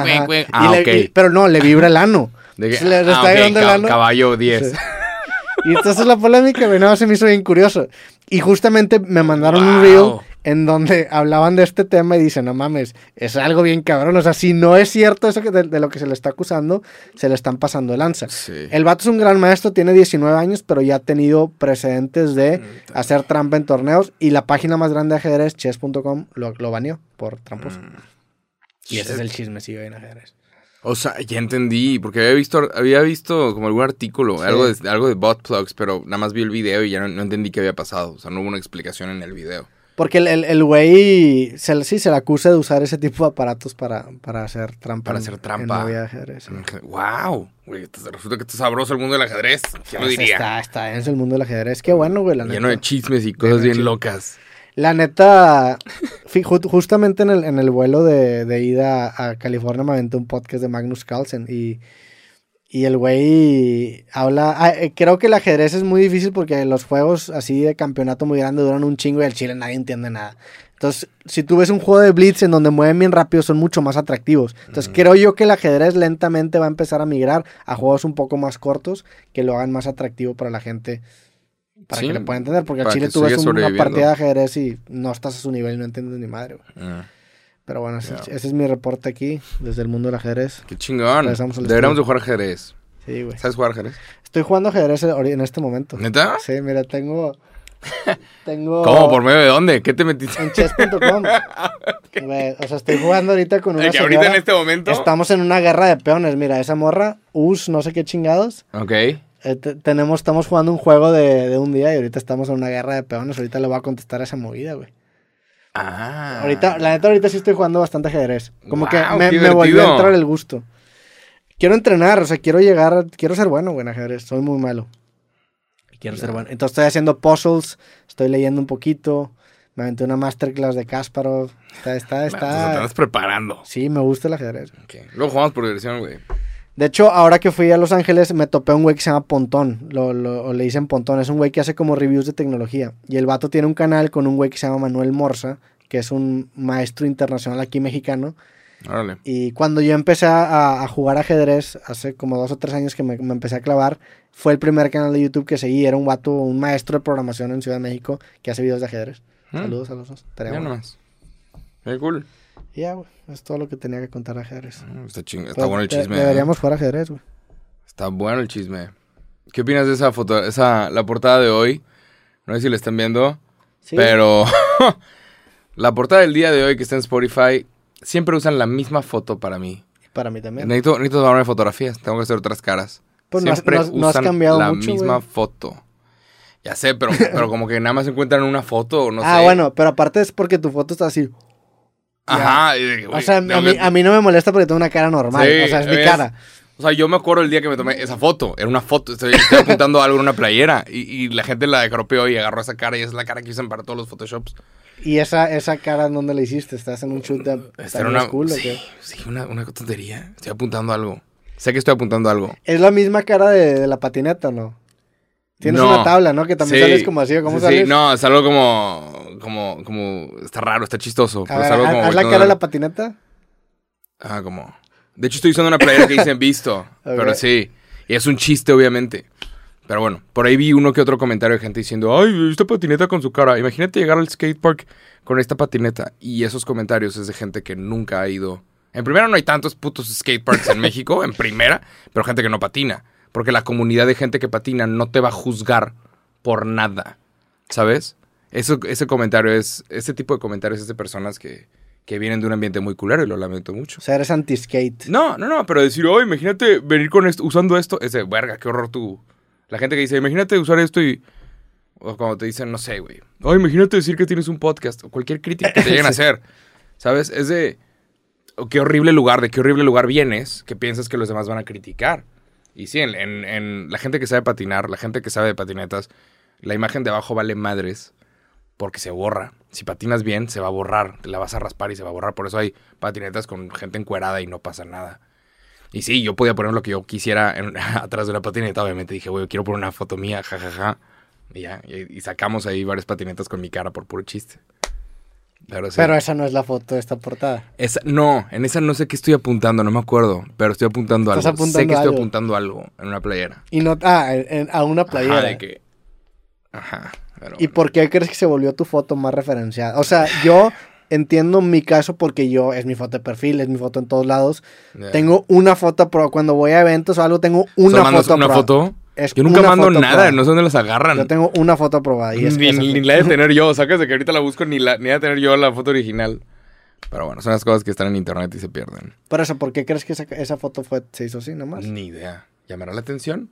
Pero no, le vibra el ano. Le está vibrando el ano. Caballo 10. Sí. Y entonces la polémica, se me hizo bien curioso. Y justamente me mandaron un reel en donde hablaban de este tema y dicen, no mames, es algo bien cabrón. O sea, si no es cierto eso de lo que se le está acusando, se le están pasando de lanza. Sí. El vato es un gran maestro, tiene 19 años, pero ya ha tenido precedentes de hacer trampa en torneos. Y la página más grande de ajedrez, chess.com, lo baneó por tramposo. Y ese es el chismecillo en ajedrez. O sea, ya entendí, porque había visto como algún artículo, sí, algo de bot plugs, pero nada más vi el video y ya no entendí qué había pasado. O sea, no hubo una explicación en el video. Porque el güey se le acusa de usar ese tipo de aparatos para hacer trampa. Para hacer trampa. En ajedrez. ¡Wow! Güey, resulta que está sabroso el mundo del ajedrez. ¿Quién lo diría? Está en el mundo del ajedrez. Qué bueno, güey, la neta. Lleno de chismes y cosas bien locas. La neta, justamente en el vuelo de ida a California me aventé un podcast de Magnus Carlsen y el güey habla. Creo que el ajedrez es muy difícil porque los juegos así de campeonato muy grande duran un chingo y al chile nadie entiende nada. Entonces, si tú ves un juego de blitz en donde mueven bien rápido, son mucho más atractivos. Entonces, creo yo que el ajedrez lentamente va a empezar a migrar a juegos un poco más cortos que lo hagan más atractivo para la gente. Para que le pueda entender, porque al chile tú ves una partida de ajedrez y no estás a su nivel y no entiendes ni madre, güey. Pero bueno, ese es mi reporte aquí, desde el mundo del ajedrez. ¡Qué chingón! Deberíamos de jugar ajedrez. Sí, güey. ¿Sabes jugar ajedrez? Estoy jugando ajedrez en este momento. ¿Neta? Sí, mira, tengo... ¿Cómo? ¿Por medio de dónde? ¿Qué te metiste? En chess.com. O sea, estoy jugando ahorita con una señora. ¿Ahorita en este momento? Estamos en una guerra de peones. Mira, esa morra, no sé qué chingados. Ok. Estamos jugando un juego de un día y ahorita estamos en una guerra de peones. Ahorita le voy a contestar a esa movida, güey. La neta, ahorita sí estoy jugando bastante ajedrez. Como que me volvió a entrar el gusto. Quiero entrenar, o sea, quiero ser bueno, güey, en ajedrez. Soy muy malo. Quiero ser bueno. Entonces estoy haciendo puzzles, estoy leyendo un poquito. Me aventé una masterclass de Kasparov. Está. Te estás preparando. Sí, me gusta el ajedrez. Okay. Luego jugamos por diversión, güey. De hecho, ahora que fui a Los Ángeles, me topé a un güey que se llama Pontón. O le dicen Pontón. Es un güey que hace como reviews de tecnología. Y el vato tiene un canal con un güey que se llama Manuel Morza, que es un maestro internacional aquí mexicano. Órale. Y cuando yo empecé a jugar ajedrez, hace como 2 o 3 años que me empecé a clavar, fue el primer canal de YouTube que seguí. Era un vato, un maestro de programación en Ciudad de México que hace videos de ajedrez. Saludos a los dos. Ya nomás. Qué cool. Ya, güey. Es todo lo que tenía que contar de ajedrez. Está bueno el chisme. Deberíamos jugar ajedrez, güey. Está bueno el chisme. ¿Qué opinas de esa foto? La portada de hoy. No sé si la están viendo. Sí. Pero la portada del día de hoy que está en Spotify, siempre usan la misma foto para mí. Para mí también. Necesito tomarme fotografías. Tengo que hacer otras caras. Pues siempre no has cambiado la mucho, misma güey. foto. Ya sé, pero como que nada más encuentran una foto, no sé. Ah, bueno, pero aparte es porque tu foto está así. Ajá. O sea, a mí no me molesta porque tengo una cara normal. Sí, o sea, es mi cara. O sea, yo me acuerdo el día que me tomé esa foto. Era una foto. Estoy apuntando algo en una playera. Y la gente la decropeó y agarró esa cara. Y esa es la cara que usan para todos los photoshops. ¿Y esa cara en dónde la hiciste? ¿Estás en un shoot de school, o qué? Sí, una tontería. Estoy apuntando algo. Sé que estoy apuntando algo. ¿Es la misma cara de la patineta o no? Tienes una tabla, ¿no? Que también sales como así. ¿Cómo sales? Sí, no, es algo como... Está raro, está chistoso. Pero es algo como ¿haz la cara de la patineta? Ah, como... De hecho, estoy usando una playera que dice visto. Okay. Pero sí. Y es un chiste, obviamente. Pero bueno, por ahí vi uno que otro comentario de gente diciendo, ay, esta patineta con su cara. Imagínate llegar al skatepark con esta patineta. Y esos comentarios es de gente que nunca ha ido. En primera, no hay tantos putos skateparks en México, en primera, pero gente que no patina. Porque la comunidad de gente que patina no te va a juzgar por nada. ¿Sabes? Ese tipo de comentarios es de personas que vienen de un ambiente muy culero y lo lamento mucho. O sea, eres anti-skate. No, pero decir, oh, imagínate venir con esto, usando esto, es de verga, qué horror tú. La gente que dice, imagínate usar esto y... O cuando te dicen, no sé, güey. Oh, imagínate decir que tienes un podcast. O cualquier crítica que te lleguen a hacer. ¿Sabes? Es de... Oh, qué horrible lugar, de qué horrible lugar vienes, que piensas que los demás van a criticar. Y sí, en la gente que sabe patinar, la gente que sabe de patinetas, la imagen de abajo vale madres porque se borra. Si patinas bien, se va a borrar. Te la vas a raspar y se va a borrar. Por eso hay patinetas con gente encuerada y no pasa nada. Y sí, yo podía poner lo que yo quisiera atrás de una patineta. Obviamente dije, güey, quiero poner una foto mía, jajaja. Y ya, y sacamos ahí varias patinetas con mi cara por puro chiste. Pero, sí. Pero esa no es la foto de esta portada. En esa no sé qué estoy apuntando, no me acuerdo. Pero estoy apuntando algo. Sé que estoy apuntando algo en una playera. Y no, a una playera. Ajá, de que... Ajá. Pero ¿Y por qué crees que se volvió tu foto más referenciada? O sea, yo entiendo mi caso porque es mi foto de perfil, es mi foto en todos lados. Yeah. Tengo una foto, pero cuando voy a eventos o algo, tengo una foto. ¿Una foto? Yo nunca mando nada, no sé dónde las agarran. Yo tengo una foto aprobada. Y ni la he de tener yo, sacas de que ahorita la busco, ni he de tener yo la foto original. Pero bueno, son las cosas que están en internet y se pierden. Por eso, ¿por qué crees que esa foto se hizo así nomás? Ni idea. ¿Llamará la atención?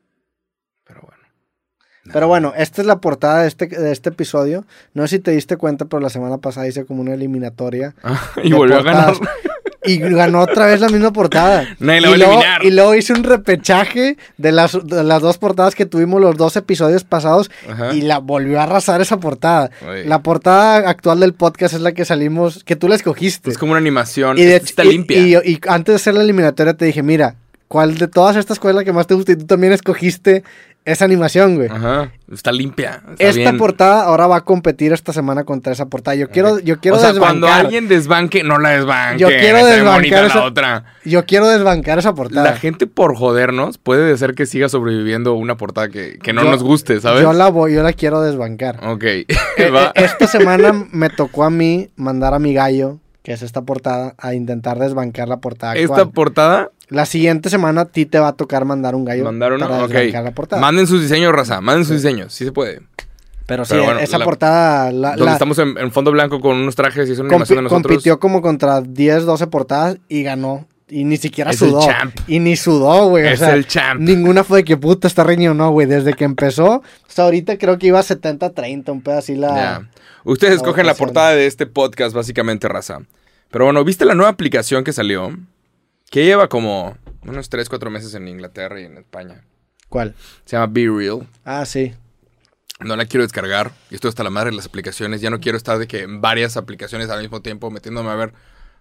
Pero bueno. Pero bueno, esta es la portada de este episodio. No sé si te diste cuenta, pero la semana pasada hice como una eliminatoria. Y volvió portadas. A ganar. Y ganó otra vez la misma portada. Nadie la va a eliminar. Y luego hice un repechaje de las 2 portadas que tuvimos los 2 episodios pasados. Ajá. Y la volvió a arrasar esa portada. Oye. La portada actual del podcast es la que salimos, que tú la escogiste. Es como una animación. Y está limpia. Y antes de hacer la eliminatoria te dije, mira, ¿cuál de todas estas cosas es la que más te gusta? Y tú también escogiste esa animación, güey. Ajá. Está limpia. Esta bien. Portada ahora va a competir esta semana contra esa portada. Yo quiero o sea, desbancar. Cuando alguien desbanque, no la desbanque. Yo quiero desbancar esa otra. Yo quiero desbancar esa portada. La gente por jodernos puede ser que siga sobreviviendo una portada que no nos guste, ¿sabes? Yo la quiero desbancar. Ok. Esta semana me tocó a mí mandar a mi gallo, que es esta portada, a intentar desbancar la portada actual. ¿Esta portada? La siguiente semana a ti te va a tocar mandar un gallo para desbancar la portada. Manden sus diseños, raza. Manden sus diseños. Sí se puede. Pero sí, bueno, esa portada... donde estamos en fondo blanco con unos trajes y es una animación de nosotros. Compitió como contra 10, 12 portadas y ganó. Y ni siquiera sudó. El champ. Y ni sudó, güey. Es el champ. Ninguna fue de que puta está reñido, no, güey. Desde que empezó, hasta ahorita creo que iba 70-30, un pedo así la... Yeah. Ustedes escogen la portada de este podcast, básicamente, raza. Pero bueno, ¿viste la nueva aplicación que salió? Que lleva como unos 3-4 meses en Inglaterra y en España. ¿Cuál? Se llama Be Real. Ah, sí. No la quiero descargar. Y estoy hasta la madre de las aplicaciones. Ya no quiero estar de que en varias aplicaciones al mismo tiempo metiéndome a ver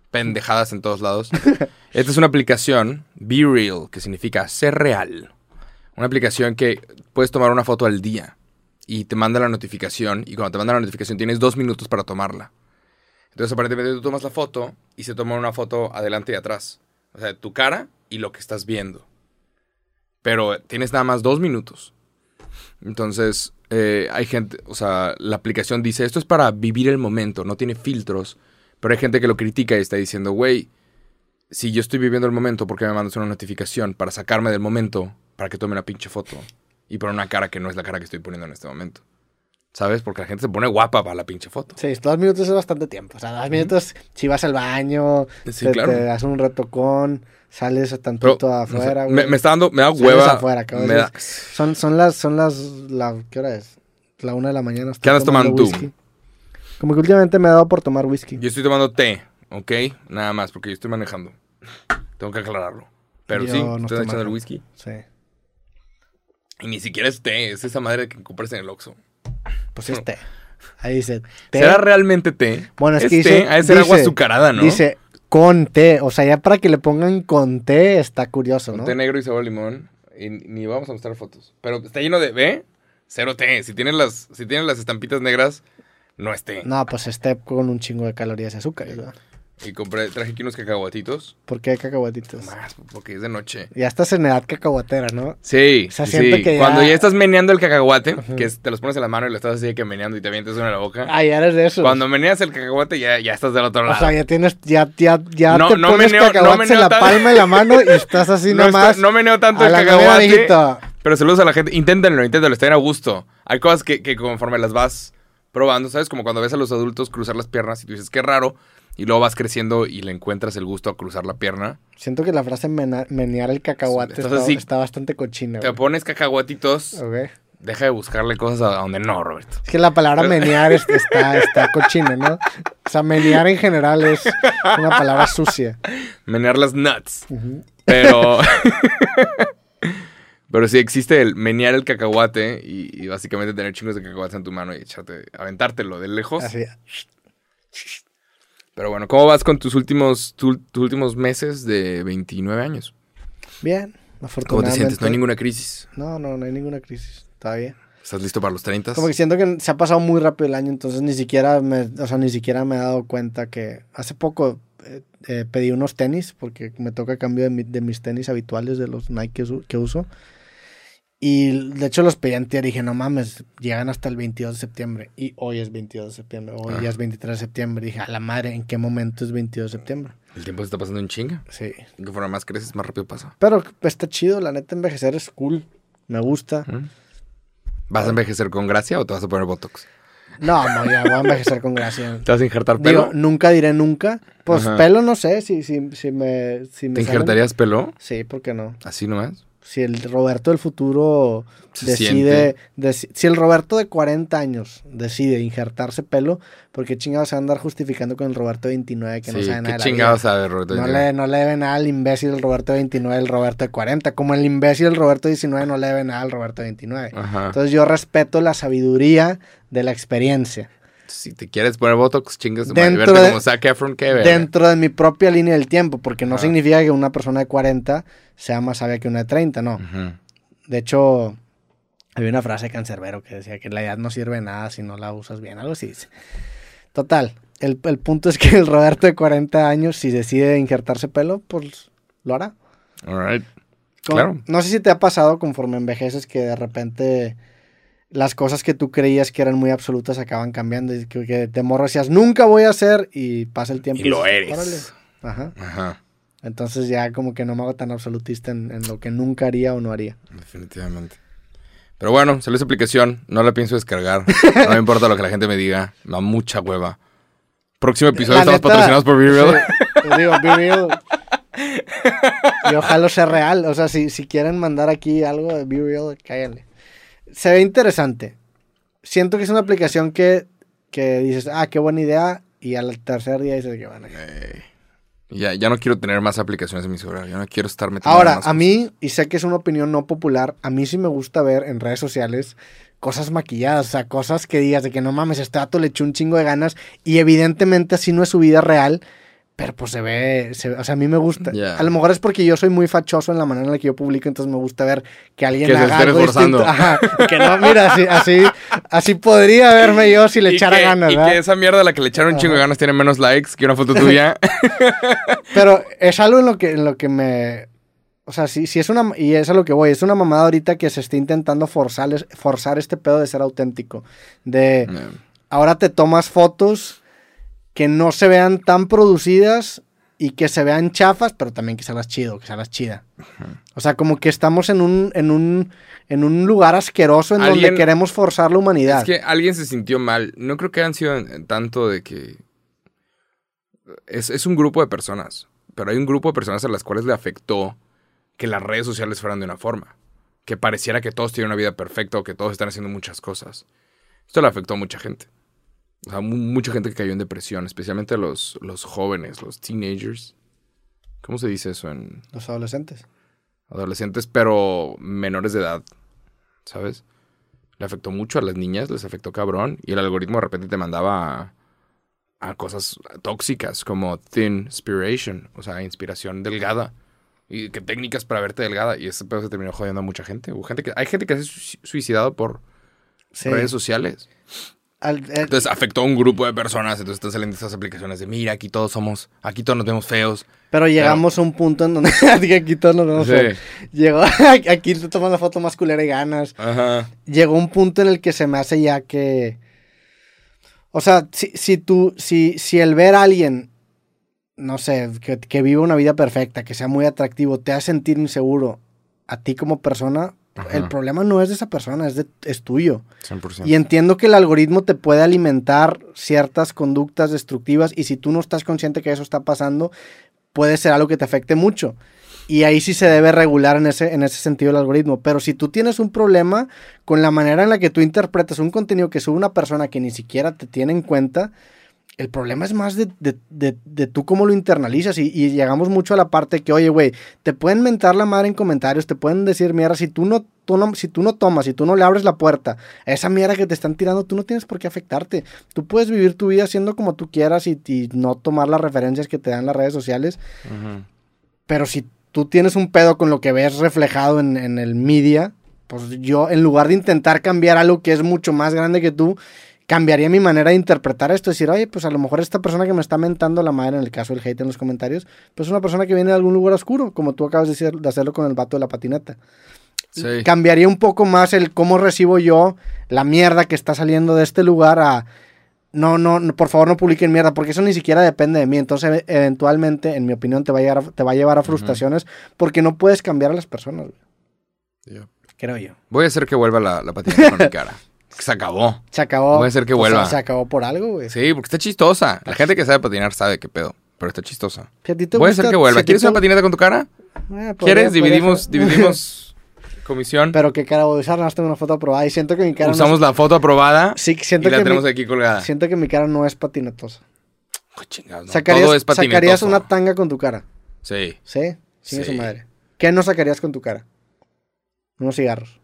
pendejadas en todos lados. Esta es una aplicación, Be Real, que significa ser real. Una aplicación que puedes tomar una foto al día y te manda la notificación. Y cuando te manda la notificación tienes 2 minutos para tomarla. Entonces aparentemente tú tomas la foto y se toma una foto adelante y atrás. O sea, tu cara y lo que estás viendo. Pero tienes nada más 2 minutos. Entonces hay gente, o sea, la aplicación dice, esto es para vivir el momento, no tiene filtros. Pero hay gente que lo critica y está diciendo, güey, si yo estoy viviendo el momento, ¿por qué me mandas una notificación para sacarme del momento para que tome una pinche foto? Y poner una cara que no es la cara que estoy poniendo en este momento. ¿Sabes? Porque la gente se pone guapa para la pinche foto. Sí, 2 minutos es bastante tiempo. O sea, 2 minutos, si vas al baño, sí, claro. Te das un retocón, sales tantito afuera, güey. Me da sales hueva. Afuera, son las, ¿qué hora es? La 1 de la mañana. ¿Qué andas tomando tú? Como que últimamente me ha dado por tomar whisky. Yo estoy tomando té, ¿ok? Nada más, porque yo estoy manejando. Tengo que aclararlo. Pero yo sí, no estoy echando el whisky. Sí. Y ni siquiera es té, es esa madre que compras en el Oxxo. Pues es té. Ahí dice té. ¿Será realmente té? Bueno, es que dice... té, ha de ser agua azucarada, ¿no? Dice con té. O sea, ya para que le pongan con té está curioso, ¿no? Con té negro y sabor a limón. Y ni vamos a mostrar fotos. Pero está lleno de... ¿Ve? Cero té. Si tienes las estampitas negras, no es té. No, pues es té con un chingo de calorías y azúcar, ¿verdad? Y traje aquí unos cacahuatitos. ¿Por qué cacahuatitos? Más, porque es de noche. Ya estás en edad cacahuatera, ¿no? Sí, o sea, siento que Cuando ya estás meneando el cacahuate, que te los pones en la mano y lo estás así de que meneando y te avientas uno en la boca. Ah, ya eres de eso. Cuando meneas el cacahuate ya estás del otro lado. O sea, ya tienes, ya no, te pones cacahuates en la palma de la mano y estás así nomás. No meneo tanto el cacahuate. Pero saludos a la gente. Inténtenlo, estén a gusto. Hay cosas que conforme las vas probando, ¿sabes? Como cuando ves a los adultos cruzar las piernas y tú dices, qué raro. Y luego vas creciendo y le encuentras el gusto a cruzar la pierna. Siento que la frase menear el cacahuate está bastante cochina. Te pones cacahuatitos. Ok. Deja de buscarle cosas a donde no, Roberto. Es que la palabra menear está cochina, ¿no? O sea, menear en general es una palabra sucia. Menear las nuts. Uh-huh. Pero... Pero sí existe el menear el cacahuate y básicamente tener chingos de cacahuates en tu mano y aventártelo de lejos. Así. Pero bueno, ¿cómo vas con tus últimos meses de 29 años? Bien, afortunadamente. ¿Cómo te sientes? ¿No hay ninguna crisis? No hay ninguna crisis. Está bien. ¿Estás listo para los 30? Como que siento que se ha pasado muy rápido el año, entonces ni siquiera me he dado cuenta que hace poco pedí unos tenis, porque me toca cambio de mis tenis habituales, de los Nike que uso. Y de hecho los pedí antier y dije, no mames, llegan hasta el 22 de septiembre. Y hoy es 22 de septiembre, hoy ya es 23 de septiembre. Y dije, a la madre, ¿en qué momento es 22 de septiembre? El tiempo se está pasando en chinga. Sí. Conforme más creces, más rápido pasa. Pero está chido, la neta, envejecer es cool. Me gusta. ¿Vas a envejecer con gracia o te vas a poner Botox? No, ya voy a envejecer con gracia. ¿Te vas a injertar pelo? Digo, nunca diré nunca. Pues pelo no sé, si me ¿Te injertarías pelo? Sí, ¿por qué no? ¿Así nomás? Si el Roberto del futuro decide... si el Roberto de 40 años decide injertarse pelo, ¿por qué chingados se va a andar justificando con el Roberto de 29 que no sabe nada de la vida? ¿Qué chingados sabe Roberto de 29? No le debe nada al imbécil del Roberto de 29 el Roberto de 40. Como el imbécil del Roberto de 19 no le debe nada al Roberto de 29. Ajá. Entonces yo respeto la sabiduría de la experiencia. Si te quieres poner Botox, chingas, verte como Zac Efron, qué verga. Dentro de mi propia línea del tiempo, porque no significa que una persona de 40 sea más sabia que una de 30, no. De hecho, había una frase de Cancerbero que decía que la edad no sirve de nada si no la usas bien, algo así. Total, el punto es que el Roberto de 40 años, si decide injertarse pelo, pues lo hará. All right. Claro. No sé si te ha pasado conforme envejeces que de repente las cosas que tú creías que eran muy absolutas acaban cambiando y que de morro decías, nunca voy a hacer, y pasa el tiempo. Y lo eres. Órale. Ajá. Entonces ya como que no me hago tan absolutista en lo que nunca haría o no haría. Definitivamente. Pero bueno, salió esa aplicación, no la pienso descargar. No me importa lo que la gente me diga, me da mucha hueva. Próximo episodio estamos patrocinados por Be Real. Sí, digo, Be Real. Y ojalá sea real. O sea, si quieren mandar aquí algo de Be Real, cáiganle. Se ve interesante. Siento que es una aplicación que dices, qué buena idea, y al tercer día dices que van a... Ya no quiero tener más aplicaciones en mi celular. Ya no quiero estar metiendo. Ahora, a mí, y sé que es una opinión no popular, a mí sí me gusta ver en redes sociales cosas maquilladas, o sea, cosas que digas de que no mames, este vato le echó un chingo de ganas y evidentemente así no es su vida real, Pero pues se ve, o sea, a mí me gusta. Yeah. A lo mejor es porque yo soy muy fachoso en la manera en la que yo publico, entonces me gusta ver que alguien que haga se esté algo esforzando. distinto. Ajá, que no, mira, así podría verme yo si le echara ganas, ¿verdad? Y que esa mierda a la que le echaron un chingo de ganas tiene menos likes que una foto tuya. Pero es algo en lo que me... O sea, sí es una... Y es a lo que voy. Es una mamada ahorita que se está intentando forzar este pedo de ser auténtico. Ahora te tomas fotos que no se vean tan producidas y que se vean chafas, pero también que seas chido, que seas chida. O sea, como que estamos en un lugar asqueroso en donde queremos forzar la humanidad. Es que alguien se sintió mal. No creo que hayan sido tanto de que... Es un grupo de personas. Pero hay un grupo de personas a las cuales le afectó que las redes sociales fueran de una forma. Que pareciera que todos tienen una vida perfecta o que todos están haciendo muchas cosas. Esto le afectó a mucha gente. O sea, mucha gente que cayó en depresión, especialmente los jóvenes, los teenagers. ¿Cómo se dice eso en...? Los adolescentes. Adolescentes, pero menores de edad, ¿sabes? Le afectó mucho a las niñas, les afectó cabrón. Y el algoritmo de repente te mandaba a cosas tóxicas como thin inspiration, o sea, inspiración delgada. Y que técnicas para verte delgada. Y ese pedo se terminó jodiendo a mucha gente. Hay gente que se ha suicidado por redes sociales. Entonces afectó a un grupo de personas. Entonces están saliendo estas aplicaciones de mira, aquí todos nos vemos feos. Pero llegamos a un punto en donde aquí todos nos vemos feos. Llegó, aquí te tomas la foto más culera y ganas. Ajá. Llegó un punto en el que se me hace ya que... O sea, si el ver a alguien, no sé, que vive una vida perfecta, que sea muy atractivo, te hace sentir inseguro a ti como persona... Ajá. El problema no es de esa persona, es tuyo. 100%. Y entiendo que el algoritmo te puede alimentar ciertas conductas destructivas y si tú no estás consciente que eso está pasando, puede ser algo que te afecte mucho. Y ahí sí se debe regular en ese sentido el algoritmo. Pero si tú tienes un problema con la manera en la que tú interpretas un contenido que sube una persona que ni siquiera te tiene en cuenta... El problema es más de tú cómo lo internalizas y llegamos mucho a la parte que, oye, güey, te pueden mentar la madre en comentarios, te pueden decir mierda, si tú no tomas, si tú no le abres la puerta a esa mierda que te están tirando, tú no tienes por qué afectarte. Tú puedes vivir tu vida haciendo como tú quieras y no tomar las referencias que te dan las redes sociales. Uh-huh. Pero si tú tienes un pedo con lo que ves reflejado en el media, pues yo, en lugar de intentar cambiar algo que es mucho más grande que tú, cambiaría mi manera de interpretar esto, decir, oye, pues a lo mejor esta persona que me está mentando la madre en el caso del hate en los comentarios, pues es una persona que viene de algún lugar oscuro, como tú acabas de hacerlo con el vato de la patineta. Sí. Cambiaría un poco más el cómo recibo yo la mierda que está saliendo de este lugar a, no, por favor no publiquen mierda, porque eso ni siquiera depende de mí, entonces eventualmente, en mi opinión, te va a llevar a frustraciones, porque no puedes cambiar a las personas. Creo yo. Voy a hacer que vuelva la patineta con mi cara. Se acabó. Voy a hacer que vuelva. Se acabó por algo, güey. Sí, porque está chistosa. La gente que sabe patinar sabe qué pedo. Pero está chistosa. Si a ti te Voy a gusta, hacer que vuelva. ¿Quieres una patineta con tu cara? ¿Quieres? Dividimos comisión. Pero qué cara voy a usar. No tengo una foto aprobada. Y siento que mi cara usamos la foto aprobada. Sí, siento y la tenemos aquí colgada. Siento que mi cara no es patinetosa. Oh, chingados, no. Todo es patinetoso. ¿Sacarías una tanga con tu cara? Sí. ¿Sí? Sí, su madre. ¿Qué no sacarías con tu cara? Unos cigarros.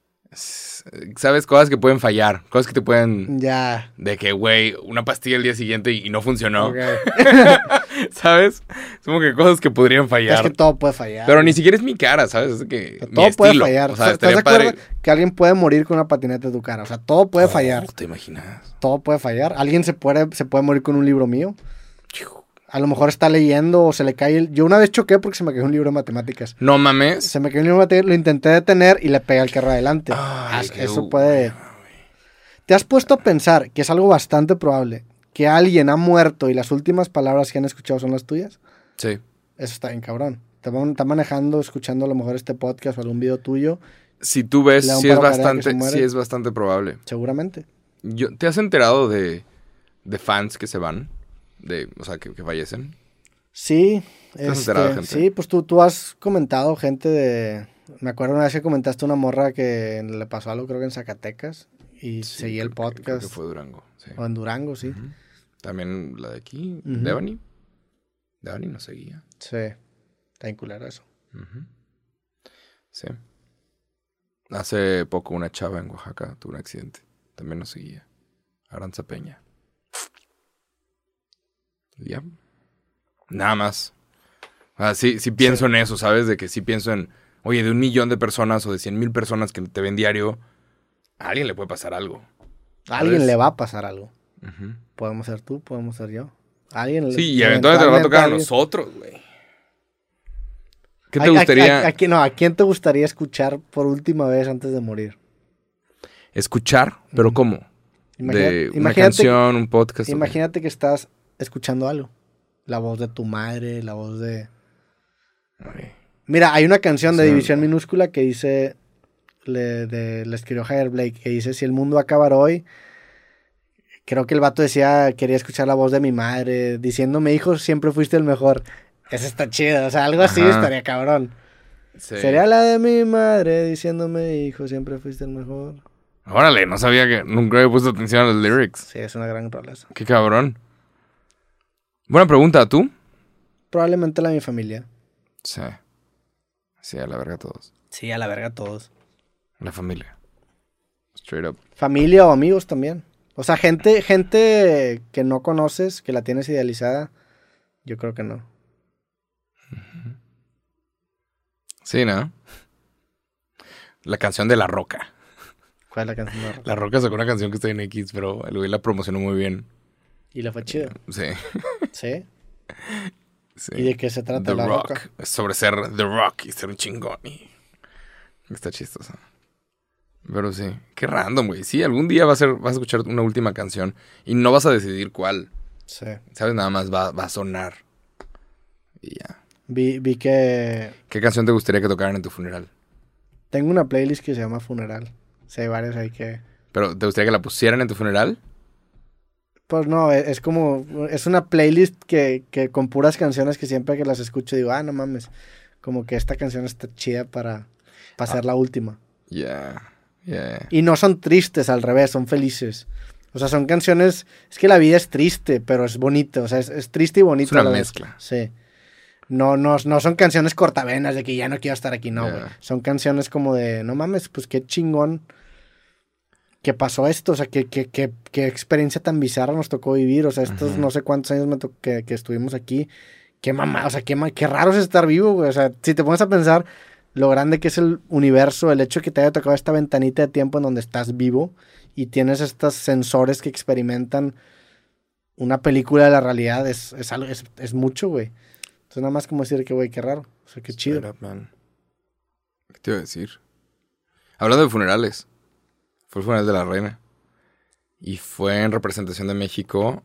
¿Sabes? Cosas que pueden fallar. Cosas que te pueden... Ya. De que, güey, una pastilla el día siguiente y no funcionó. Okay. ¿Sabes? Es como que cosas que podrían fallar. Es que todo puede fallar. Pero ni siquiera es mi cara, ¿sabes? Es que todo puede fallar. O sea, ¿estás de acuerdo que alguien puede morir con una patineta de tu cara? O sea, todo puede fallar. ¿Te imaginas? Todo puede fallar. ¿Alguien se puede morir con un libro mío? A lo mejor está leyendo o se le cae Yo una vez choqué porque se me cayó un libro de matemáticas. No mames. Se me cayó un libro de matemáticas, lo intenté detener y le pegué al carro adelante. Eso puede... ¿Te has puesto a pensar, que es algo bastante probable, que alguien ha muerto y las últimas palabras que han escuchado son las tuyas? Sí. Eso está bien cabrón. Te está manejando, escuchando a lo mejor este podcast o algún video tuyo. Si tú ves, sí es bastante probable. Seguramente. ¿Te has enterado de fans que se van? O sea, que fallecen. Sí. ¿Te has enterado de gente? Sí, pues tú has comentado gente de... Me acuerdo una vez que comentaste una morra que le pasó algo, creo que en Zacatecas, y sí, seguía el podcast. Creo que fue Durango. Sí. O en Durango, sí. Uh-huh. También la de aquí, Devani. Devani no seguía. Sí. Está bien culero eso. Uh-huh. Sí. Hace poco una chava en Oaxaca tuvo un accidente. También nos seguía. Aranza Peña. Ya. Nada más. Sí pienso en eso, ¿sabes? De que sí pienso en, oye, de 1 millón de personas o de 100,000 personas que te ven diario, a alguien le puede pasar algo. A alguien le va a pasar algo. Uh-huh. Podemos ser tú, podemos ser yo. Sí, y eventualmente te va a tocar a nosotros, güey. ¿Qué te gustaría? ¿A quién te gustaría escuchar por última vez antes de morir? ¿Escuchar? ¿Pero cómo? Una canción, un podcast. Imagínate que estás escuchando algo. La voz de tu madre, la voz de... Okay. Mira, hay una canción de División Minúscula que dice... La escribió Javier Blake, que dice, si el mundo va a acabar hoy... Creo que el vato decía, quería escuchar la voz de mi madre, diciéndome, hijo, siempre fuiste el mejor. Eso está chido, o sea, algo así estaría cabrón. Sí. Sería la de mi madre, diciéndome, hijo, siempre fuiste el mejor. Órale, no sabía que nunca había puesto atención a los lyrics. Sí, es una gran rola. Qué cabrón. Buena pregunta, ¿tú? Probablemente la de mi familia. Sí. Sí, a la verga todos. Sí, a la verga todos. La familia. Straight up. Familia o amigos también. O sea, gente que no conoces, que la tienes idealizada, yo creo que no. Sí, ¿no? La canción de La Roca. ¿Cuál es la canción de La Roca? La Roca sacó una canción que está en X, pero el güey la promocionó muy bien. ¿Y la fue chida? Sí. ¿Sí? Sí. ¿Y de qué se trata La Roca? Es sobre ser The Rock y ser un chingón. Y... está chistoso. Pero sí, qué random, güey. Sí, algún día vas a escuchar una última canción y no vas a decidir cuál. Sí. ¿Sabes? Nada más va a sonar. Y ya. Vi que... ¿Qué canción te gustaría que tocaran en tu funeral? Tengo una playlist que se llama Funeral. Sí, hay varias ahí que... ¿Pero te gustaría que la pusieran en tu funeral? Pues no, es como... Es una playlist que con puras canciones que siempre que las escucho digo, no mames. Como que esta canción está chida para ser la última. Yeah. Y no son tristes, al revés, son felices. O sea, son canciones... Es que la vida es triste, pero es bonita. O sea, es triste y bonita. Es una mezcla. Sí. No son canciones cortavenas de que ya no quiero estar aquí, no, güey. Son canciones como de, no mames, pues qué chingón que pasó esto. O sea, qué experiencia tan bizarra nos tocó vivir. O sea, estos no sé cuántos años que estuvimos aquí. Qué mamá, o sea, qué raro es estar vivo, güey. O sea, si te pones a pensar... Lo grande que es el universo, el hecho de que te haya tocado esta ventanita de tiempo en donde estás vivo y tienes estos sensores que experimentan una película de la realidad, es mucho, güey. Entonces nada más como decir que, güey, qué raro. O sea, qué chido. Up, man. ¿Qué te iba a decir? Hablando de funerales, fue el funeral de la reina y fue en representación de México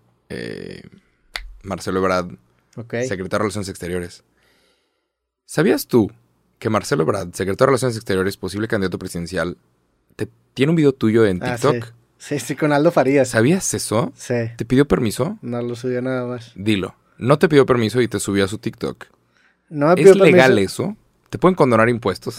Marcelo Ebrard, secretario de Relaciones Exteriores. ¿Sabías tú que Marcelo Ebrard, secretario de Relaciones Exteriores, posible candidato presidencial, tiene un video tuyo en TikTok? Sí, con Aldo Farías. ¿Sabías eso? Sí. ¿Te pidió permiso? No lo subió nada más. Dilo. No te pidió permiso y te subió a su TikTok. No me pidió permiso. ¿Es legal eso? ¿Te pueden condonar impuestos?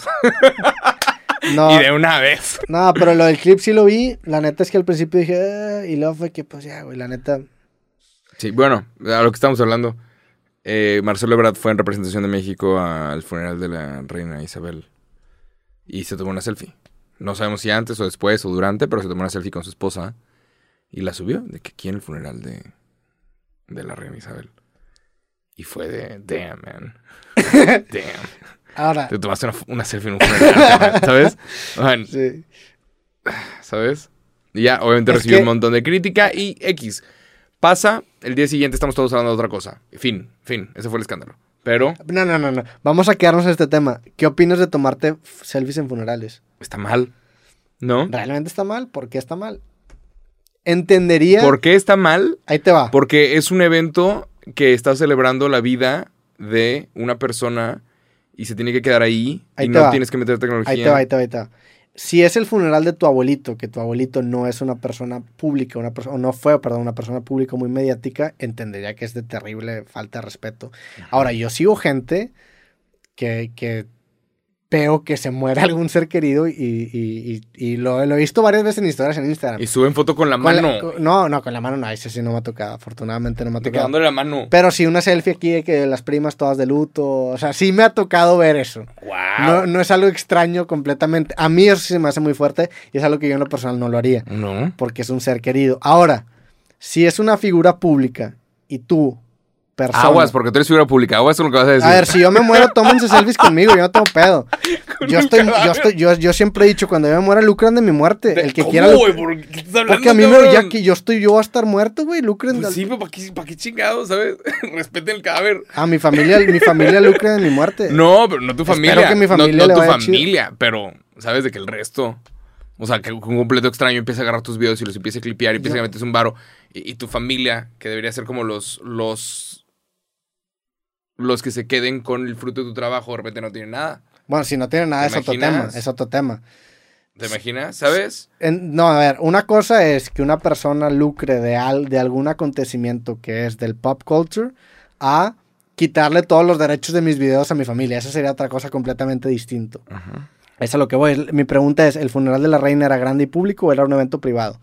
No. Y de una vez. No, pero lo del clip sí lo vi. La neta es que al principio dije... y luego fue que, pues ya, güey, la neta... Sí, bueno, a lo que estamos hablando... Marcelo Ebrard fue en representación de México al funeral de la reina Isabel y se tomó una selfie. No sabemos si antes o después o durante, pero se tomó una selfie con su esposa y la subió de que aquí en el funeral de la reina Isabel. Y fue de, damn, man. Damn. Ahora. Te tomaste una selfie en un funeral, ¿sabes? Man, sí. ¿Sabes? Y ya, obviamente recibió un montón de crítica y X. Pasa, el día siguiente estamos todos hablando de otra cosa. Fin. Ese fue el escándalo. Pero... No. Vamos a quedarnos en este tema. ¿Qué opinas de tomarte selfies en funerales? Está mal, ¿no? ¿Realmente está mal? ¿Por qué está mal? Entendería... ¿Por qué está mal? Ahí te va. Porque es un evento que está celebrando la vida de una persona y se tiene que quedar ahí y no tienes que meter tecnología. Ahí te va. Si es el funeral de tu abuelito, que tu abuelito no es una persona pública, una persona pública muy mediática, entendería que es de terrible falta de respeto. Ahora, yo sigo gente que veo que se muere algún ser querido y lo he visto varias veces en historias en Instagram. Y suben foto con la mano. No, con la mano no, ese sí no me ha tocado, afortunadamente no me ha tocado. Dándole la mano. Pero sí una selfie aquí de que las primas todas de luto, o sea, sí me ha tocado ver eso. Wow. No es algo extraño completamente. A mí eso sí se me hace muy fuerte y es algo que yo en lo personal no lo haría. No. Porque es un ser querido. Ahora, si es una figura pública y tú persona. Aguas, porque tú eres figura pública. Aguas con lo que vas a decir. A ver, si yo me muero, tómense selfies conmigo, yo no tengo pedo. Yo siempre he dicho, cuando yo me muera, lucran de mi muerte. El que quiera. Güey? ¿Por qué estás hablando, porque a mí ya que yo voy a estar muerto, güey, lucren. Pues sí, pero ¿para qué chingados, sabes? Respeten el cadáver. A mi familia lucra de mi muerte. No, pero no tu familia. Espero que mi familia no le tu vaya familia, pero sabes de que el resto. O sea, que un completo extraño empieza a agarrar tus videos y los empieza a clipear y empieza a meterse un varo. Y tu familia, que debería ser como los que se queden con el fruto de tu trabajo, de repente no tienen nada. Bueno, si no tienen nada es otro tema. ¿Te imaginas? ¿Sabes? No, a ver, una cosa es que una persona lucre de algún acontecimiento que es del pop culture a quitarle todos los derechos de mis videos a mi familia. Esa sería otra cosa completamente distinto. Ajá. Eso es a lo que voy. Mi pregunta es, ¿el funeral de la reina era grande y público o era un evento privado?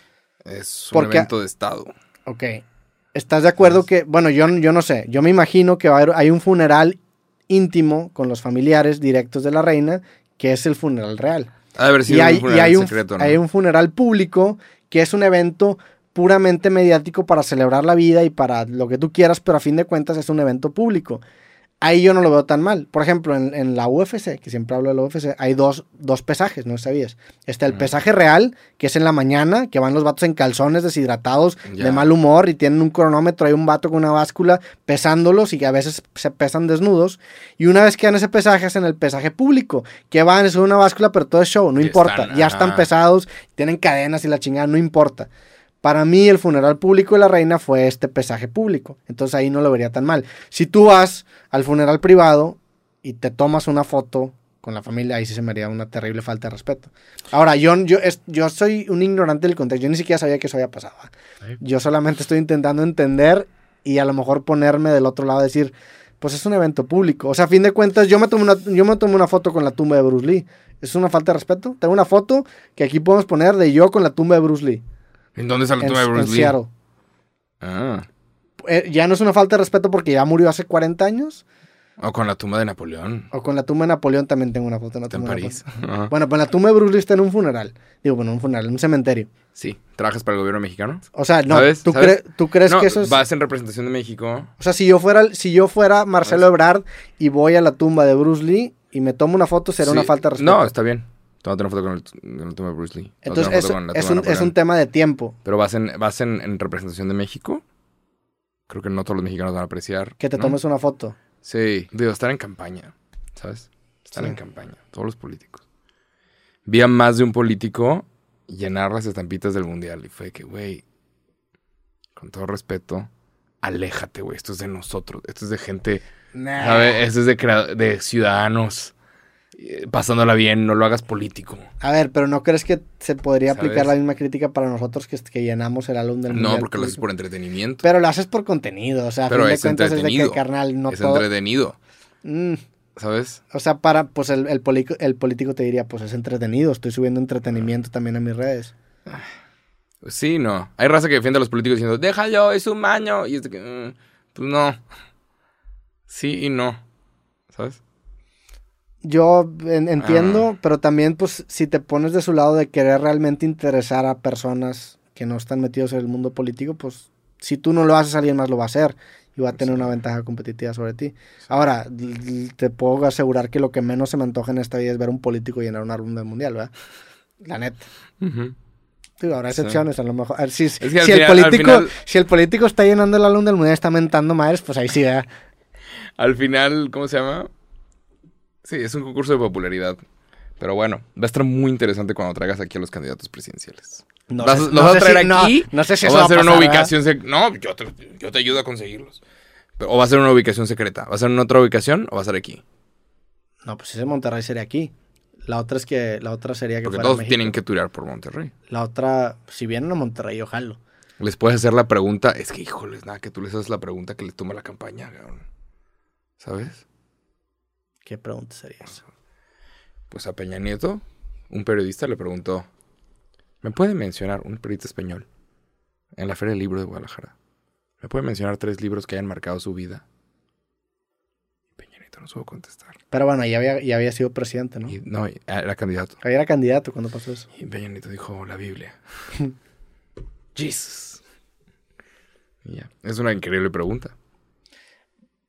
Es un evento de estado. Ok. ¿Estás de acuerdo que, bueno, yo no sé, yo me imagino que hay un funeral íntimo con los familiares directos de la reina, que es el funeral real. Ha de haber sido un funeral secreto, ¿no? Hay un funeral público, que es un evento puramente mediático para celebrar la vida y para lo que tú quieras, pero a fin de cuentas es un evento público. Ahí yo no lo veo tan mal. Por ejemplo, en la UFC, que siempre hablo de la UFC, hay dos pesajes, ¿no sabías? Está el pesaje real, que es en la mañana, que van los vatos en calzones, deshidratados, de mal humor, y tienen un cronómetro, hay un vato con una báscula pesándolos, y que a veces se pesan desnudos. Y una vez que dan ese pesaje, hacen el pesaje público, que van, es una báscula, pero todo es show, no importa. Ya están pesados, tienen cadenas y la chingada, no importa. Para mí, el funeral público de la reina fue este pesaje público. Entonces ahí no lo vería tan mal. Si tú vas al funeral privado y te tomas una foto con la familia, ahí sí se me haría una terrible falta de respeto. Ahora, yo soy un ignorante del contexto. Yo ni siquiera sabía que eso había pasado. Yo solamente estoy intentando entender y a lo mejor ponerme del otro lado y decir, pues es un evento público. O sea, a fin de cuentas, yo me tomé una foto con la tumba de Bruce Lee. ¿Es una falta de respeto? Tengo una foto que aquí podemos poner de yo con la tumba de Bruce Lee. ¿En dónde está la tumba de Bruce Lee? En Seattle. Ah. Ya no es una falta de respeto porque ya murió hace 40 años. O con la tumba de Napoleón. O con la tumba de Napoleón también tengo una foto. Está en París. Bueno, pues la tumba de Bruce Lee está en un funeral. Digo, bueno, en un cementerio. Sí. ¿Trabajas para el gobierno mexicano? O sea, no. ¿Sabes? ¿Tú crees que eso es...? Vas en representación de México. O sea, si yo fuera Marcelo Ebrard y voy a la tumba de Bruce Lee y me tomo una foto, ¿será una falta de respeto? No, está bien. Tómate una foto con la tumba de Bruce Lee. Entonces, es un tema de tiempo. Pero vas en representación de México. Creo que no todos los mexicanos van a apreciar. Que te tomes una foto. Sí. Digo, estar en campaña, ¿sabes? Están en campaña. Todos los políticos. Vi a más de un político llenar las estampitas del mundial. Y fue que, güey, con todo respeto, aléjate, güey. Esto es de nosotros. Esto es de gente, ¿sabes? Esto es de ciudadanos. Pasándola bien, no lo hagas político. A ver, pero ¿no crees que se podría aplicar la misma crítica para nosotros que llenamos el álbum del mundial? No, porque lo haces por entretenimiento. Pero lo haces por contenido, o sea, pero a fin de cuentas es de que, carnal, no es todo... entretenido. ¿Sabes? O sea, pues el político te diría, pues es entretenido, estoy subiendo entretenimiento también a mis redes. Sí, no. Hay raza que defiende a los políticos diciendo, déjalo, es un maño. Y es de que, pues no. Sí y no. ¿Sabes? Yo entiendo, pero también, pues, si te pones de su lado de querer realmente interesar a personas que no están metidos en el mundo político, pues, si tú no lo haces, alguien más lo va a hacer y va a tener una ventaja competitiva sobre ti. Ahora, te puedo asegurar que lo que menos se me antoja en esta vida es ver a un político llenar una ronda del mundial, ¿verdad? La neta. Digo, habrá excepciones, a lo mejor. Si el político está llenando el álbum del mundial y está mentando madres, pues ahí sí, ¿verdad? Al final, ¿cómo se llama? Sí, es un concurso de popularidad. Pero bueno, va a estar muy interesante cuando traigas aquí a los candidatos presidenciales. ¿Los vas a traer aquí? No sé si eso va a ser una ubicación No, yo te ayudo a conseguirlos. O va a ser una ubicación secreta. ¿Va a ser en otra ubicación o va a ser aquí? No, pues si es en Monterrey sería aquí. La otra sería que porque fuera todos México. tienen que turear por Monterrey. La otra, si vienen a Monterrey, ojalá. Les puedes hacer la pregunta. Es que, híjoles, nada, que tú les haces la pregunta que les toma la campaña, cabrón. ¿Sabes? ¿Qué pregunta sería esa? Pues a Peña Nieto, un periodista le preguntó, ¿me puede mencionar, un periodista español, en la Feria del Libro de Guadalajara, ¿me puede mencionar 3 libros que hayan marcado su vida? Y Peña Nieto no supo contestar. Pero bueno, ya había sido presidente, ¿no? No, era candidato. Ahí era candidato cuando pasó eso. Y Peña Nieto dijo, la Biblia. Jesus. Y ya. Es una increíble pregunta.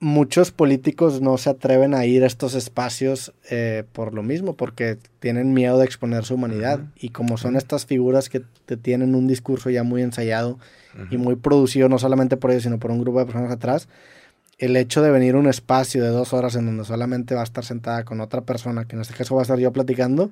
muchos políticos no se atreven a ir a estos espacios por lo mismo, porque tienen miedo de exponer su humanidad. Uh-huh. Y como son estas figuras que te tienen un discurso ya muy ensayado uh-huh. y muy producido, no solamente por ellos, sino por un grupo de personas atrás, el hecho de venir a un espacio de 2 horas en donde solamente va a estar sentada con otra persona, que en este caso va a estar yo platicando,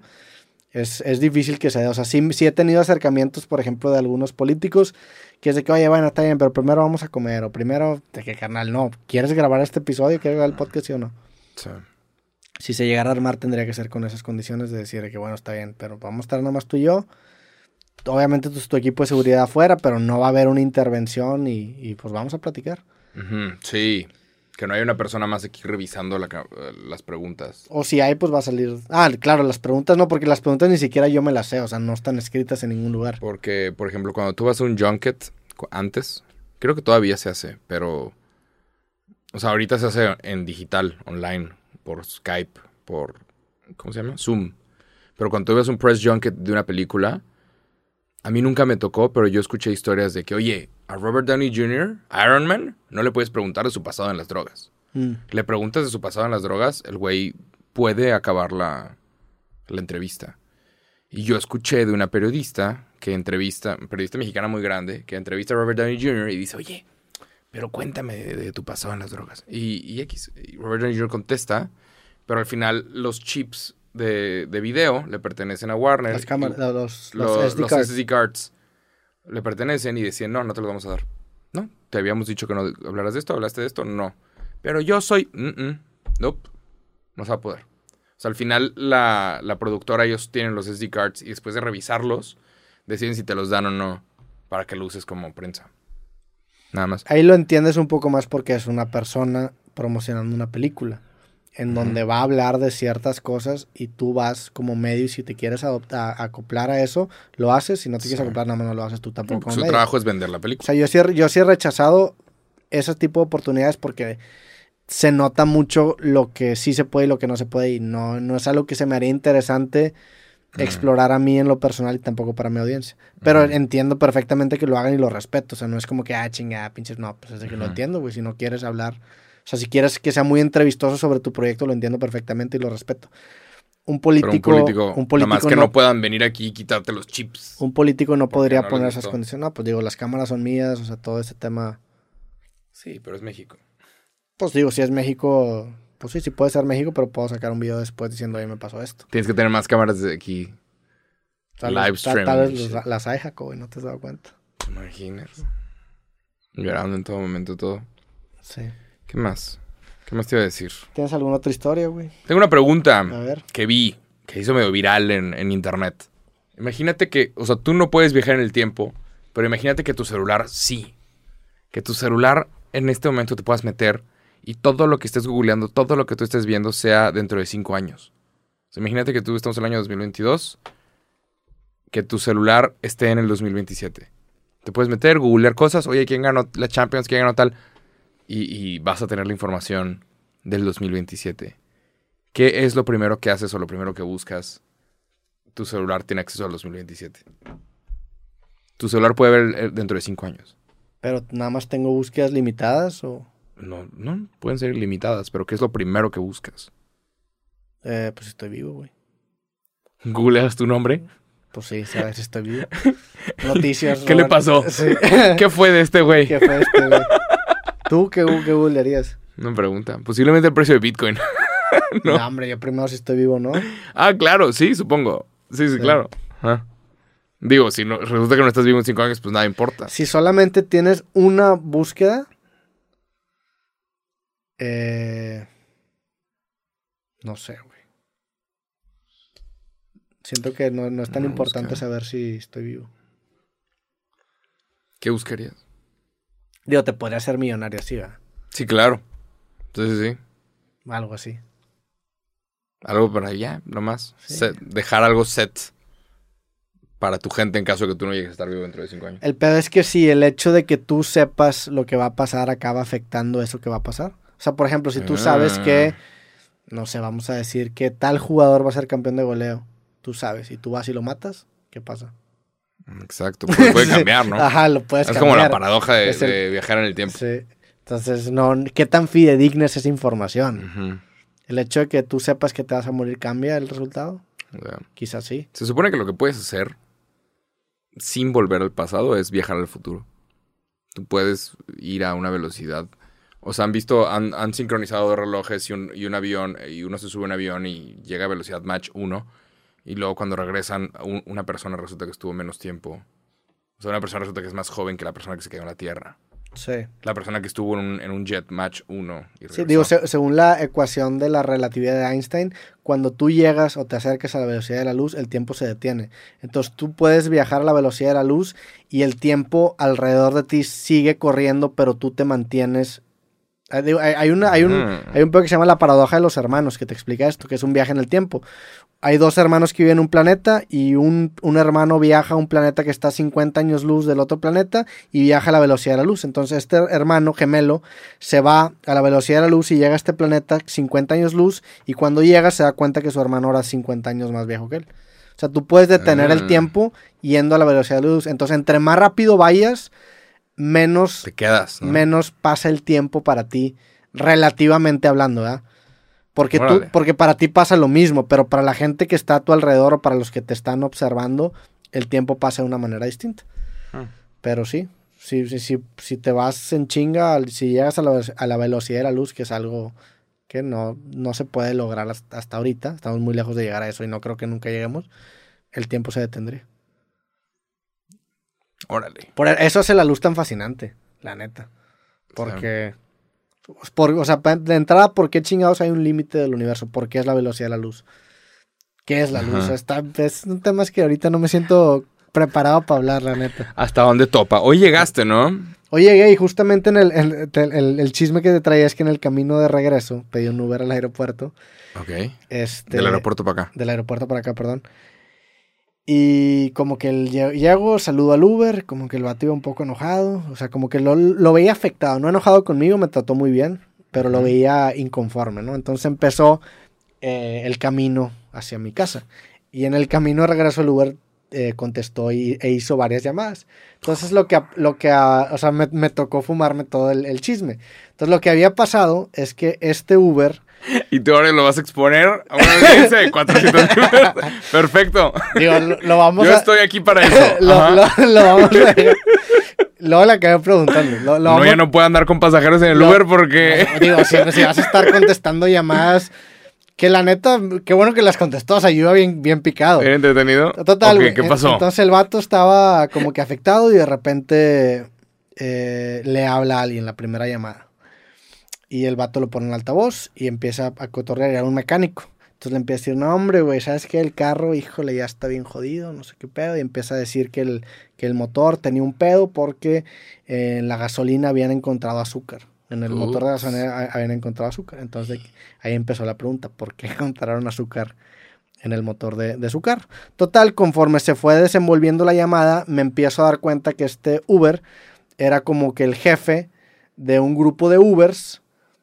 es difícil que se dé. O sea, sí he tenido acercamientos, por ejemplo, de algunos políticos, que es de que, oye, bueno, está bien, pero primero vamos a comer, o primero, de que, carnal, no, ¿quieres grabar este episodio? ¿Quieres grabar el podcast, sí o no? Sí. Si se llegara a armar, tendría que ser con esas condiciones de decir que, bueno, está bien, pero vamos a estar nada más tú y yo. Obviamente tu equipo de seguridad afuera, pero no va a haber una intervención y pues vamos a platicar. Uh-huh. Sí. Que no hay una persona más aquí revisando las preguntas. O si hay, pues va a salir... Ah, claro, las preguntas no, porque las preguntas ni siquiera yo me las sé. O sea, no están escritas en ningún lugar. Porque, por ejemplo, cuando tú vas a un junket, antes, creo que todavía se hace, pero... O sea, ahorita se hace en digital, online, por Skype, por... ¿Cómo se llama? Zoom. Pero cuando tú ves un press junket de una película, a mí nunca me tocó, pero yo escuché historias de que, oye... A Robert Downey Jr., Iron Man, no le puedes preguntar de su pasado en las drogas. Le preguntas de su pasado en las drogas, el güey puede acabar la entrevista. Y yo escuché de una periodista periodista mexicana muy grande, que entrevista a Robert Downey Jr. y dice, oye, pero cuéntame de tu pasado en las drogas. Y Robert Downey Jr. contesta, pero al final los chips de video le pertenecen a Warner. Las cámaras, los SD cards. Le pertenecen y decían, no te los vamos a dar. No, te habíamos dicho que no hablaras de esto, hablaste de esto, no. Pero yo soy, nope, no se va a poder. O sea, al final la productora, ellos tienen los SD cards y después de revisarlos, deciden si te los dan o no para que lo uses como prensa. Nada más. Ahí lo entiendes un poco más porque es una persona promocionando una película en donde va a hablar de ciertas cosas y tú vas como medio y si te quieres acoplar a eso, lo haces. Si no te quieres acoplar, nada más no lo haces tú tampoco. Su trabajo es vender la película. O sea, yo sí he rechazado ese tipo de oportunidades porque se nota mucho lo que sí se puede y lo que no se puede y no es algo que se me haría interesante explorar a mí en lo personal y tampoco para mi audiencia. Pero entiendo perfectamente que lo hagan y lo respeto. O sea, no es como que, chingada, pinches, no, pues es de que lo entiendo, güey. Si no quieres hablar... O sea, si quieres que sea muy entrevistoso sobre tu proyecto, lo entiendo perfectamente y lo respeto. Un político nada más que no puedan venir aquí y quitarte los chips. Un político no podría poner esas condiciones. No, pues digo, las cámaras son mías, o sea, todo ese tema. Sí, pero es México. Pues digo, si es México, pues sí puede ser México, pero puedo sacar un video después diciendo, oye, me pasó esto. Tienes que tener más cámaras de aquí. Live stream. Tal vez las hay, Jacob, y no te has dado cuenta. ¿Te imaginas? Llorando en todo momento todo. Sí. ¿Qué más? ¿Qué más te iba a decir? ¿Tienes alguna otra historia, güey? Tengo una pregunta a ver. Que vi, que hizo medio viral en internet. Imagínate que, o sea, tú no puedes viajar en el tiempo, pero imagínate que tu celular sí. Que tu celular en este momento te puedas meter y todo lo que estés googleando, todo lo que tú estés viendo sea dentro de 5 años. O sea, imagínate que tú estamos en el año 2022, que tu celular esté en el 2027. Te puedes meter, googlear cosas, oye, ¿quién ganó la Champions? ¿Quién ganó tal? Y vas a tener la información del 2027. ¿Qué es lo primero que haces o lo primero que buscas? Tu celular tiene acceso al 2027. Tu celular puede ver dentro de 5 años. ¿Pero nada más tengo búsquedas limitadas o...? No, pueden ser ilimitadas, pero ¿qué es lo primero que buscas? Pues estoy vivo, güey. ¿Googleas tu nombre? Pues sí, sabes, estoy vivo. Noticias. ¿Qué le pasó? Sí. ¿Qué fue de este güey? ¿Qué fue de este güey? ¿Tú qué googlearías? No pregunta. Posiblemente el precio de Bitcoin. ¿No? No, hombre, yo primero si estoy vivo, ¿no? Ah, claro, sí, supongo. Sí, claro. Digo, si no, resulta que no estás vivo en 5 años, pues nada importa. Si solamente tienes una búsqueda... No sé, güey. Siento que no es tan importante saber si estoy vivo. ¿Qué buscarías? Digo, te podría hacer millonario así, ¿verdad? Sí, claro. Entonces sí. Algo así. Algo para allá, nomás. Sí. Dejar algo set para tu gente en caso de que tú no llegues a estar vivo dentro de 5 años. El pedo es que sí, el hecho de que tú sepas lo que va a pasar acaba afectando eso que va a pasar. O sea, por ejemplo, si tú sabes que, no sé, vamos a decir que tal jugador va a ser campeón de goleo. Tú sabes, y tú vas y lo matas, ¿qué pasa? Exacto, puede cambiar, ¿no? Ajá, lo puedes cambiar. Es como la paradoja de viajar en el tiempo. Sí, Entonces, no, ¿qué tan fidedigna es esa información? Uh-huh. ¿El hecho de que tú sepas que te vas a morir cambia el resultado? Yeah. Quizás sí. Se supone que lo que puedes hacer sin volver al pasado es viajar al futuro. Tú puedes ir a una velocidad. O sea, han sincronizado dos relojes y un avión, y uno se sube a un avión y llega a velocidad Mach 1, y luego cuando regresan, una persona resulta que estuvo menos tiempo. O sea, una persona resulta que es más joven que la persona que se quedó en la Tierra. Sí. La persona que estuvo en un jet Mach 1 y regresó. Sí, digo, según la ecuación de la relatividad de Einstein, cuando tú llegas o te acercas a la velocidad de la luz, el tiempo se detiene. Entonces tú puedes viajar a la velocidad de la luz y el tiempo alrededor de ti sigue corriendo, pero tú te mantienes. Hay un pedo que se llama la paradoja de los hermanos, que te explica esto, que es un viaje en el tiempo. Hay dos hermanos que viven en un planeta y un hermano viaja a un planeta que está a 50 años luz del otro planeta y viaja a la velocidad de la luz. Entonces este hermano gemelo se va a la velocidad de la luz y llega a este planeta 50 años luz, y cuando llega se da cuenta que su hermano era 50 años más viejo que él. O sea, tú puedes detener el tiempo yendo a la velocidad de la luz. Entonces, entre más rápido vayas, menos te quedas, ¿no? Menos pasa el tiempo para ti, relativamente hablando, ¿verdad? Porque para ti pasa lo mismo, pero para la gente que está a tu alrededor o para los que te están observando, el tiempo pasa de una manera distinta. Pero sí, si te vas en chinga, si llegas a la velocidad de la luz, que es algo que no se puede lograr hasta ahorita, estamos muy lejos de llegar a eso y no creo que nunca lleguemos, el tiempo se detendría. Órale. Por eso hace la luz tan fascinante, la neta. Porque... o sea, de entrada, ¿por qué chingados hay un límite del universo? ¿Por qué es la velocidad de la luz? ¿Qué es la luz? Es un tema que ahorita no me siento preparado para hablar, la neta. ¿Hasta dónde topa? Hoy llegaste, ¿no? Hoy llegué y justamente en el chisme que te traía es que en el camino de regreso pedí un Uber al aeropuerto. Ok. Del aeropuerto para acá. Del aeropuerto para acá, perdón. Y como que llego, saludo al Uber, como que el vato iba un poco enojado, o sea, como que lo veía afectado, no enojado conmigo, me trató muy bien, pero lo veía inconforme, ¿no? Entonces empezó el camino hacia mi casa, y en el camino de regreso el Uber contestó e hizo varias llamadas. Entonces o sea, me tocó fumarme todo el chisme. Entonces lo que había pasado es que este Uber... Y tú ahora lo vas a exponer a una audiencia de 400 Perfecto. Digo, lo vamos Yo estoy aquí para eso. lo vamos a... Luego le acabé preguntando. Ya no puedo andar con pasajeros en el Uber porque... Digo, si vas a estar contestando llamadas... Que la neta, qué bueno que las contestó, o sea, yo iba bien picado. ¿Bien entretenido? Total, okay, ¿qué pasó? Entonces el vato estaba como que afectado y de repente le habla a alguien la primera llamada. Y el vato lo pone en altavoz y empieza a cotorrear, era un mecánico. Entonces le empieza a decir, no hombre, güey, ¿sabes qué? El carro, híjole, ya está bien jodido, no sé qué pedo. Y empieza a decir que el motor tenía un pedo porque en la gasolina habían encontrado azúcar. En el motor de gasolina habían encontrado azúcar. Entonces ahí empezó la pregunta, ¿por qué encontraron azúcar en el motor de su carro? Total, conforme se fue desenvolviendo la llamada, me empiezo a dar cuenta que este Uber era como que el jefe de un grupo de Ubers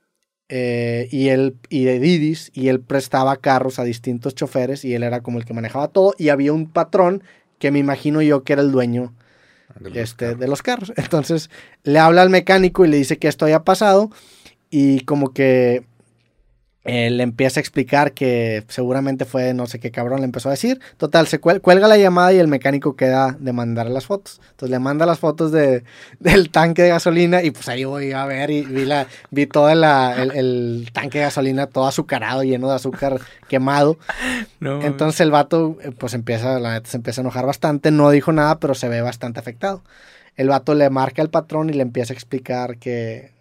y de Didis, y él prestaba carros a distintos choferes y él era como el que manejaba todo, y había un patrón que me imagino yo que era el dueño de los carros. Entonces le habla al mecánico y le dice que esto haya pasado, y como que le empieza a explicar que seguramente fue no sé qué cabrón le empezó a decir. Total, se cuelga la llamada y el mecánico queda de mandar las fotos. Entonces le manda las fotos del tanque de gasolina, y pues ahí voy a ver y vi todo el tanque de gasolina todo azucarado, lleno de azúcar quemado. No, entonces el vato pues la neta se empieza a enojar bastante, no dijo nada, pero se ve bastante afectado. El vato le marca al patrón y le empieza a explicar que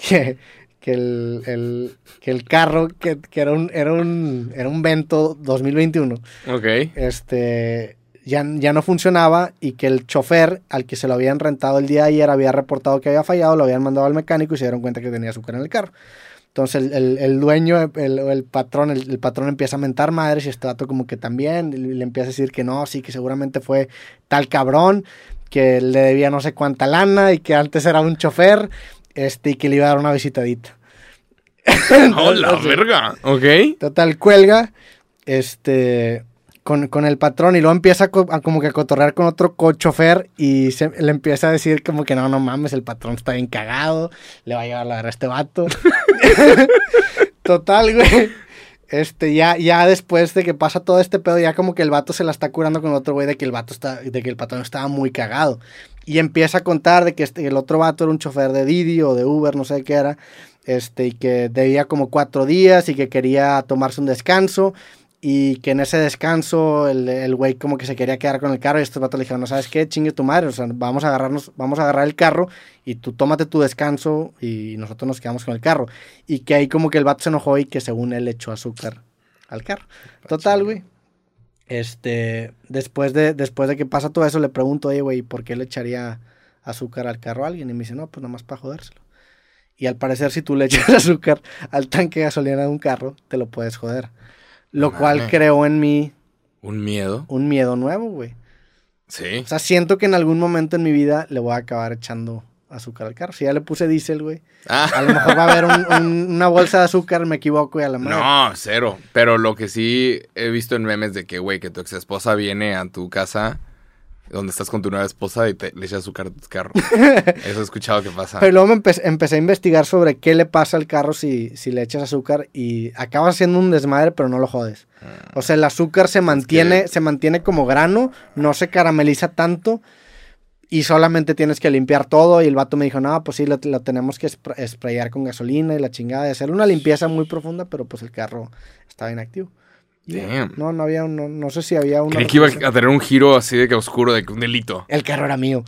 el carro que era un Vento 2021. Okay. Ya no funcionaba, y que el chofer al que se lo habían rentado el día de ayer había reportado que había fallado, lo habían mandado al mecánico y se dieron cuenta que tenía azúcar en el carro. Entonces el dueño, el patrón empieza a mentar madres, y este dato como que también le empieza a decir que no, sí, que seguramente fue tal cabrón, que le debía no sé cuánta lana y que antes era un chofer, y que le iba a dar una visitadita. ¡Oh, la verga! Ok. Total, cuelga. con el patrón y luego empieza a como que a cotorrear con otro chofer y le empieza a decir como que no mames, el patrón está bien cagado, le va a llevar la verga a este vato. Total, güey. Ya después de que pasa todo este pedo, ya como que el vato se la está curando con otro güey de que el patrón estaba muy cagado. Y empieza a contar de que el otro vato era un chofer de Didi o de Uber, no sé qué era, y que debía como 4 días y que quería tomarse un descanso. Y que en ese descanso el güey como que se quería quedar con el carro y estos vatos le dijeron, no sabes qué, chingue tu madre, o sea, vamos a agarrar el carro y tú tómate tu descanso y nosotros nos quedamos con el carro. Y que ahí como que el vato se enojó y que según él echó azúcar al carro. Total, güey. Después de que pasa todo eso le pregunto, oye, güey, ¿por qué le echaría azúcar al carro a alguien? Y me dice, no, pues nada más para jodérselo. Y al parecer si tú le echas azúcar al tanque de gasolina de un carro, te lo puedes joder. Lo cual creó en mí... ¿Un miedo? Un miedo nuevo, güey. Sí. O sea, siento que en algún momento en mi vida le voy a acabar echando azúcar al carro. Si ya le puse diésel, güey. A lo mejor va a haber una bolsa de azúcar, me equivoco y a la madre. No, cero. Pero lo que sí he visto en memes de que, güey, que tu ex esposa viene a tu casa... donde estás con tu nueva esposa y le echas azúcar a tu carro. Eso he escuchado que pasa. Pero luego empecé a investigar sobre qué le pasa al carro si le echas azúcar y acabas haciendo un desmadre, pero no lo jodes. O sea, el azúcar se mantiene como grano, no se carameliza tanto y solamente tienes que limpiar todo. Y el vato me dijo, no, pues sí, lo tenemos que sprayar con gasolina y la chingada. De hacer una limpieza muy profunda, pero pues el carro estaba inactivo. Damn. No había no sé si había una... Creí que iba a tener un giro así de que oscuro, de que un delito. El carro era mío.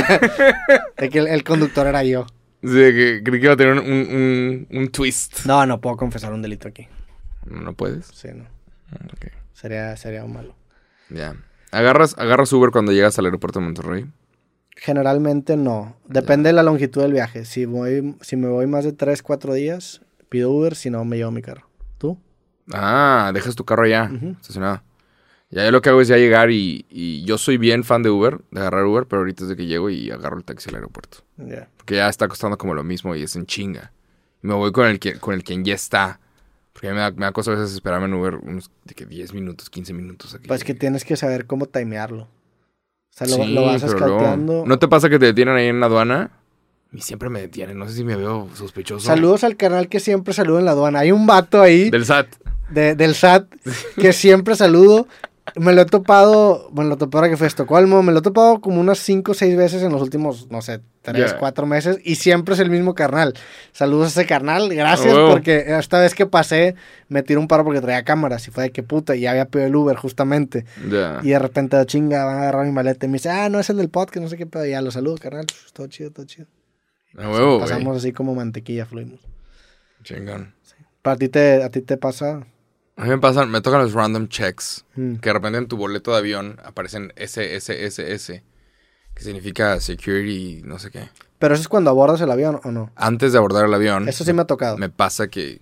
De que el conductor era yo. Sí, que creí que iba a tener un twist. No puedo confesar un delito aquí. ¿No puedes? Sí, no. Okay. Sería un malo. Ya. ¿Agarras Uber cuando llegas al aeropuerto de Monterrey? Generalmente no. Depende de la longitud del viaje. Si me voy más de 3-4 días, pido Uber, si no me llevo mi carro. ¿Tú? Dejas tu carro allá, estacionado. Ya yo lo que hago es ya llegar y yo soy bien fan de Uber, de agarrar Uber, pero ahorita es de que llego y agarro el taxi al aeropuerto. Yeah. Porque ya está costando como lo mismo y es en chinga. Y me voy con el quien ya está. Porque me da cosa a veces esperarme en Uber unos de que 10 minutos, 15 minutos aquí. Pues que tienes que saber cómo timearlo. O sea, sí, lo vas escauteando. ¿No te pasa que te detienen ahí en la aduana? Y siempre me detienen, no sé si me veo sospechoso. Saludos al canal que siempre saluda en la aduana. Hay un vato ahí. Del SAT. Del SAT, que siempre saludo. Me lo he topado ahora que fue a Estocolmo, me lo he topado como unas 5 o 6 veces en los últimos, no sé, 3, 4 meses, y siempre es el mismo carnal. Saludos a ese carnal, gracias, porque esta vez que pasé, me tiró un paro porque traía cámaras, y fue de que puta, y ya había pedido el Uber, justamente. Y de repente, chinga, van a agarrar mi maleta, y me dice, no es el del podcast, no sé qué pedo, y ya lo saludo, carnal, todo chido. Pasamos así como mantequilla, fluimos. Chingón. Sí. ¿A ti te pasa? A mí me tocan los random checks. Que de repente en tu boleto de avión aparecen SSSS. Que significa security, no sé qué. ¿Pero eso es cuando abordas el avión o no? Antes de abordar el avión. Eso sí me ha tocado. Me pasa que...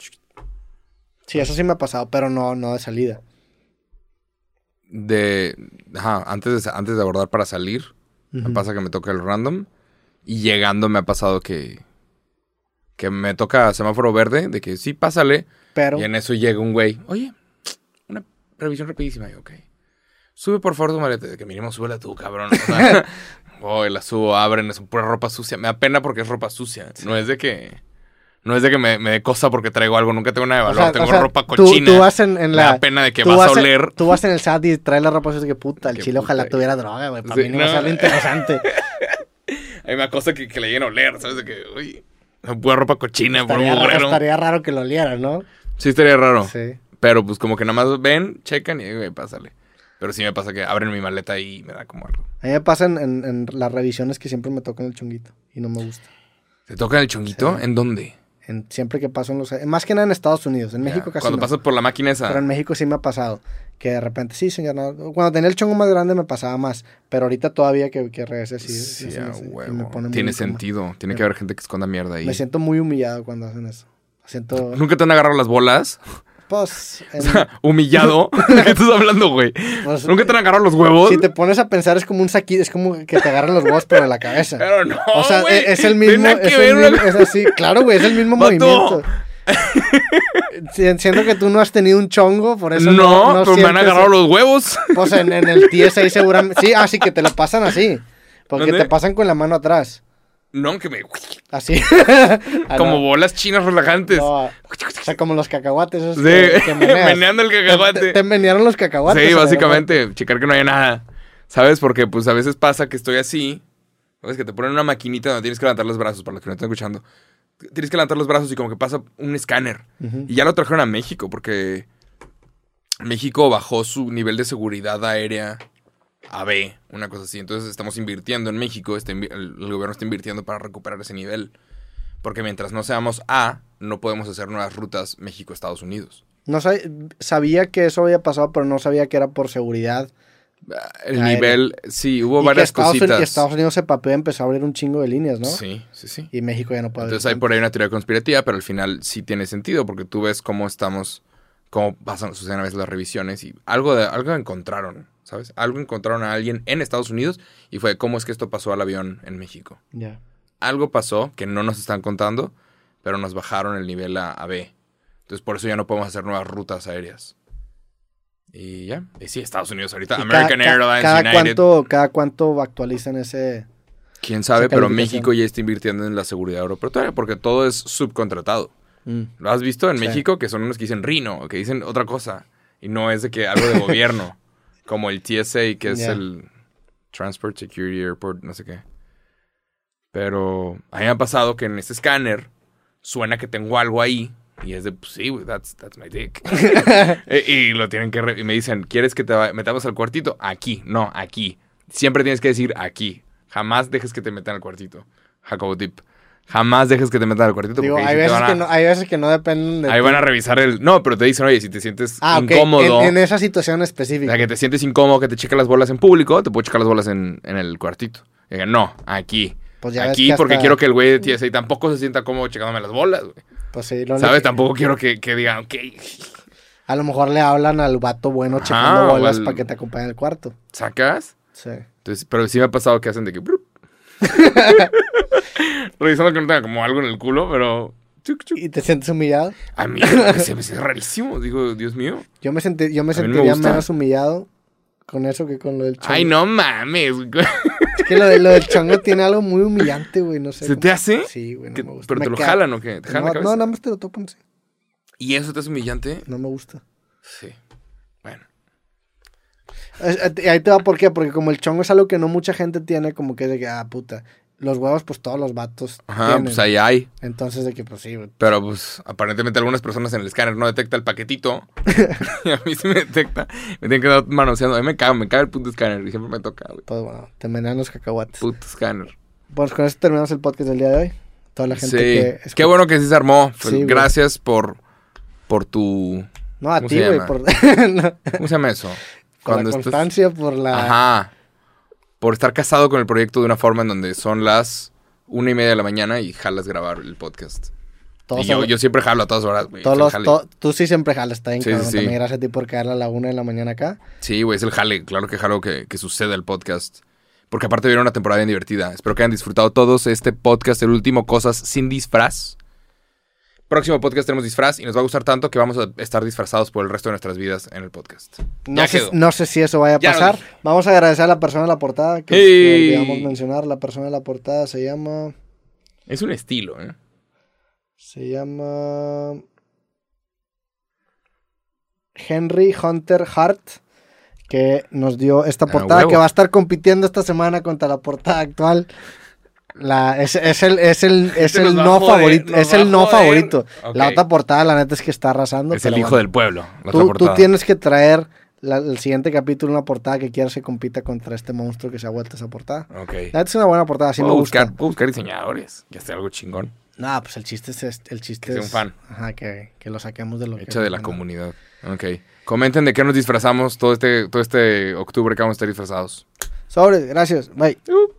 Sí, eso sí me ha pasado, pero no de salida. Antes de abordar para salir. Me pasa que me toca el random. Y llegando me ha pasado que me toca semáforo verde. De que sí, pásale. Pero... Y en eso llega un güey. Oye, una revisión rapidísima. Y ok. Sube por favor tu maleta. De que mínimo súbela tú, cabrón. O sea, la subo, abren, es pura ropa sucia. Me da pena porque es ropa sucia. Sí. No es de que me dé cosa porque traigo algo. Nunca tengo nada de valor. Tengo ropa cochina. Tú vas en la... Me da pena de que vas a oler. Tú vas en el SAT y traes la ropa sucia. Que puta, el chile ojalá tuviera droga, güey. Para mí no va a ser interesante. A mí me acosa que le lleguen a oler, ¿sabes? De que, uy, pura ropa cochina, por un mugrero. Estaría raro que lo olieran, ¿no? Sí, estaría raro. Sí. Pero pues como que nada más ven, checan y güey, pásale. Pero sí me pasa que abren mi maleta y me da como algo. A mí me pasa en las revisiones que siempre me tocan el chonguito y no me gusta. ¿Te tocan el chonguito? Sí. ¿En dónde? Siempre que paso más que nada en Estados Unidos. En México casi cuando pasas por la máquina esa. Pero en México sí me ha pasado. Que de repente, sí, señor. No. Cuando tenía el chongo más grande me pasaba más. Pero ahorita todavía que regrese así. Sí, huevo. Tiene sentido. Tiene que haber gente que esconda mierda ahí. Me siento muy humillado cuando hacen eso. ¿Nunca te han agarrado las bolas? Pues... O sea, humillado. ¿De qué estás hablando, güey? Pues, ¿nunca te han agarrado los huevos? Si te pones a pensar, es como un saquito. Es como que te agarran los huevos, pero en la cabeza. Pero no, o sea, güey. es el mismo... Es así. Claro, güey, es el mismo movimiento. Siento que tú no has tenido un chongo, por eso no pero me han agarrado los huevos. Pues en el TSA seguramente. Sí, así que te lo pasan así. Porque te pasan con la mano atrás. No, que me... Así. Como bolas chinas relajantes. No, o sea, como los cacahuates. Esos sí, que meneando el cacahuate. Te menearon los cacahuates. Sí, básicamente, checar que no haya nada. ¿Sabes? Porque pues a veces pasa que estoy así. ¿Sabes? Que te ponen una maquinita donde tienes que levantar los brazos, para los que no están escuchando. Tienes que levantar los brazos y como que pasa un escáner. Y ya lo trajeron a México porque México bajó su nivel de seguridad aérea a B, una cosa así. Entonces estamos invirtiendo en México, el gobierno está invirtiendo para recuperar ese nivel. Porque mientras no seamos A, no podemos hacer nuevas rutas México-Estados Unidos. No sabía que eso había pasado, pero no sabía que era por seguridad. El nivel, sí, hubo varias cositas. Y Estados Unidos se papeó y empezó a abrir un chingo de líneas, ¿no? Sí. Y México ya no puede. Entonces hay por ahí una teoría conspirativa, pero al final sí tiene sentido, porque tú ves cómo suceden a veces las revisiones y algo encontraron, ¿sabes? Algo encontraron a alguien en Estados Unidos y fue cómo es que esto pasó al avión en México. Ya. Algo pasó que no nos están contando, pero nos bajaron el nivel a B. Entonces por eso ya no podemos hacer nuevas rutas aéreas. Y ya. Y sí, Estados Unidos ahorita. American Airlines, United. ¿Cada cuánto actualizan ese? Quién sabe, pero México ya está invirtiendo en la seguridad aeroportuaria porque todo es subcontratado. ¿Lo has visto en México? Que son unos que dicen Rino, o que dicen otra cosa. Y no es de que algo de gobierno. Como el TSA, que es el Transport Security Airport, no sé qué. Pero a mí me ha pasado que en este escáner suena que tengo algo ahí. Y es de, pues sí, that's my dick. y lo tienen que... y me dicen, ¿quieres que te metamos al cuartito? Aquí, no, aquí. Siempre tienes que decir aquí. Jamás dejes que te metan al cuartito. Jacobo Tip. Jamás dejes que te metan al cuartito. Digo, hay veces que no dependen de ahí ti. Van a revisar el... No, pero te dicen, oye, si te sientes incómodo... En esa situación específica. O sea, que te sientes incómodo, que te chequen las bolas en público, te puedo checar las bolas en el cuartito. Y digan, no, aquí. Pues ya aquí porque quiero que el güey de TSA tampoco se sienta cómodo checándome las bolas, güey. Pues sí, ¿sabes? Tampoco quiero que digan, ok. A lo mejor le hablan al vato bueno checando bolas para que te acompañe al cuarto. ¿Sacas? Sí. Entonces, pero sí me ha pasado que hacen de que... revisando que no tenga como algo en el culo, pero... ¿Y te sientes humillado? A mí se me hace rarísimo. Digo, Dios mío. Yo me sentiría menos humillado con eso que con lo del chongo. Ay, no mames. Es que lo del chongo tiene algo muy humillante, güey. No sé. ¿Se te hace? Sí, güey, no me gusta. ¿Pero te lo jalan o qué? ¿Te jalan la cabeza? No, nada más te lo topan, sí. ¿Y eso te hace humillante? No me gusta. Sí. Bueno. Ahí te va, ¿por qué? Porque como el chongo es algo que no mucha gente tiene, como que de que, puta... Los huevos, pues todos los vatos tienen. Pues ahí hay. Entonces, de que, pues sí. Pero, pues, aparentemente algunas personas en el escáner no detecta el paquetito. Y a mí sí me detecta. Me tienen que dar manoseando. A mí me caga el puto escáner. Y siempre me toca, güey. Pues bueno, te menean los cacahuates. Puto escáner. Pues con eso terminamos el podcast del día de hoy. Toda la gente que... Qué bueno que sí se armó. Sí, gracias por tu... No, a ti, güey. No. ¿Cómo se llama eso? Por la constancia, por la... Ajá. Por estar casado con el proyecto de una forma en donde son las 1:30 de la mañana y jalas grabar el podcast. Yo siempre jalo a todas horas, güey. Tú sí siempre jalas, está bien, sí, cabrón. Sí. También gracias a ti por caerla a la 1 de la mañana acá. Sí, güey, es el jale. Claro que jalo que suceda el podcast. Porque aparte viene una temporada bien divertida. Espero que hayan disfrutado todos este podcast, el último Cosas sin disfraz. Próximo podcast tenemos disfraz y nos va a gustar tanto que vamos a estar disfrazados por el resto de nuestras vidas en el podcast. No sé si eso vaya a pasar. Vamos a agradecer a la persona de la portada que olvidamos mencionar. La persona de la portada se llama... Es un estilo, ¿eh? Se llama... Henry Hunter Hart, que nos dio esta portada que va a estar compitiendo esta semana contra la portada actual. Es el no favorito. Es el no favorito. Okay. La otra portada, la neta, es que está arrasando. Es el hijo del pueblo. Tú tienes que traer el siguiente capítulo una portada que quieras que compita contra este monstruo que se ha vuelto esa portada. Ok. La neta es una buena portada, sí me gusta. Puedo buscar diseñadores, que esté algo chingón. No, pues el chiste es que sea un fan. Ajá, que lo saquemos de lo hecho de la comunidad. Ok. Comenten de qué nos disfrazamos todo este octubre que vamos a estar disfrazados. Sobre, gracias. Bye.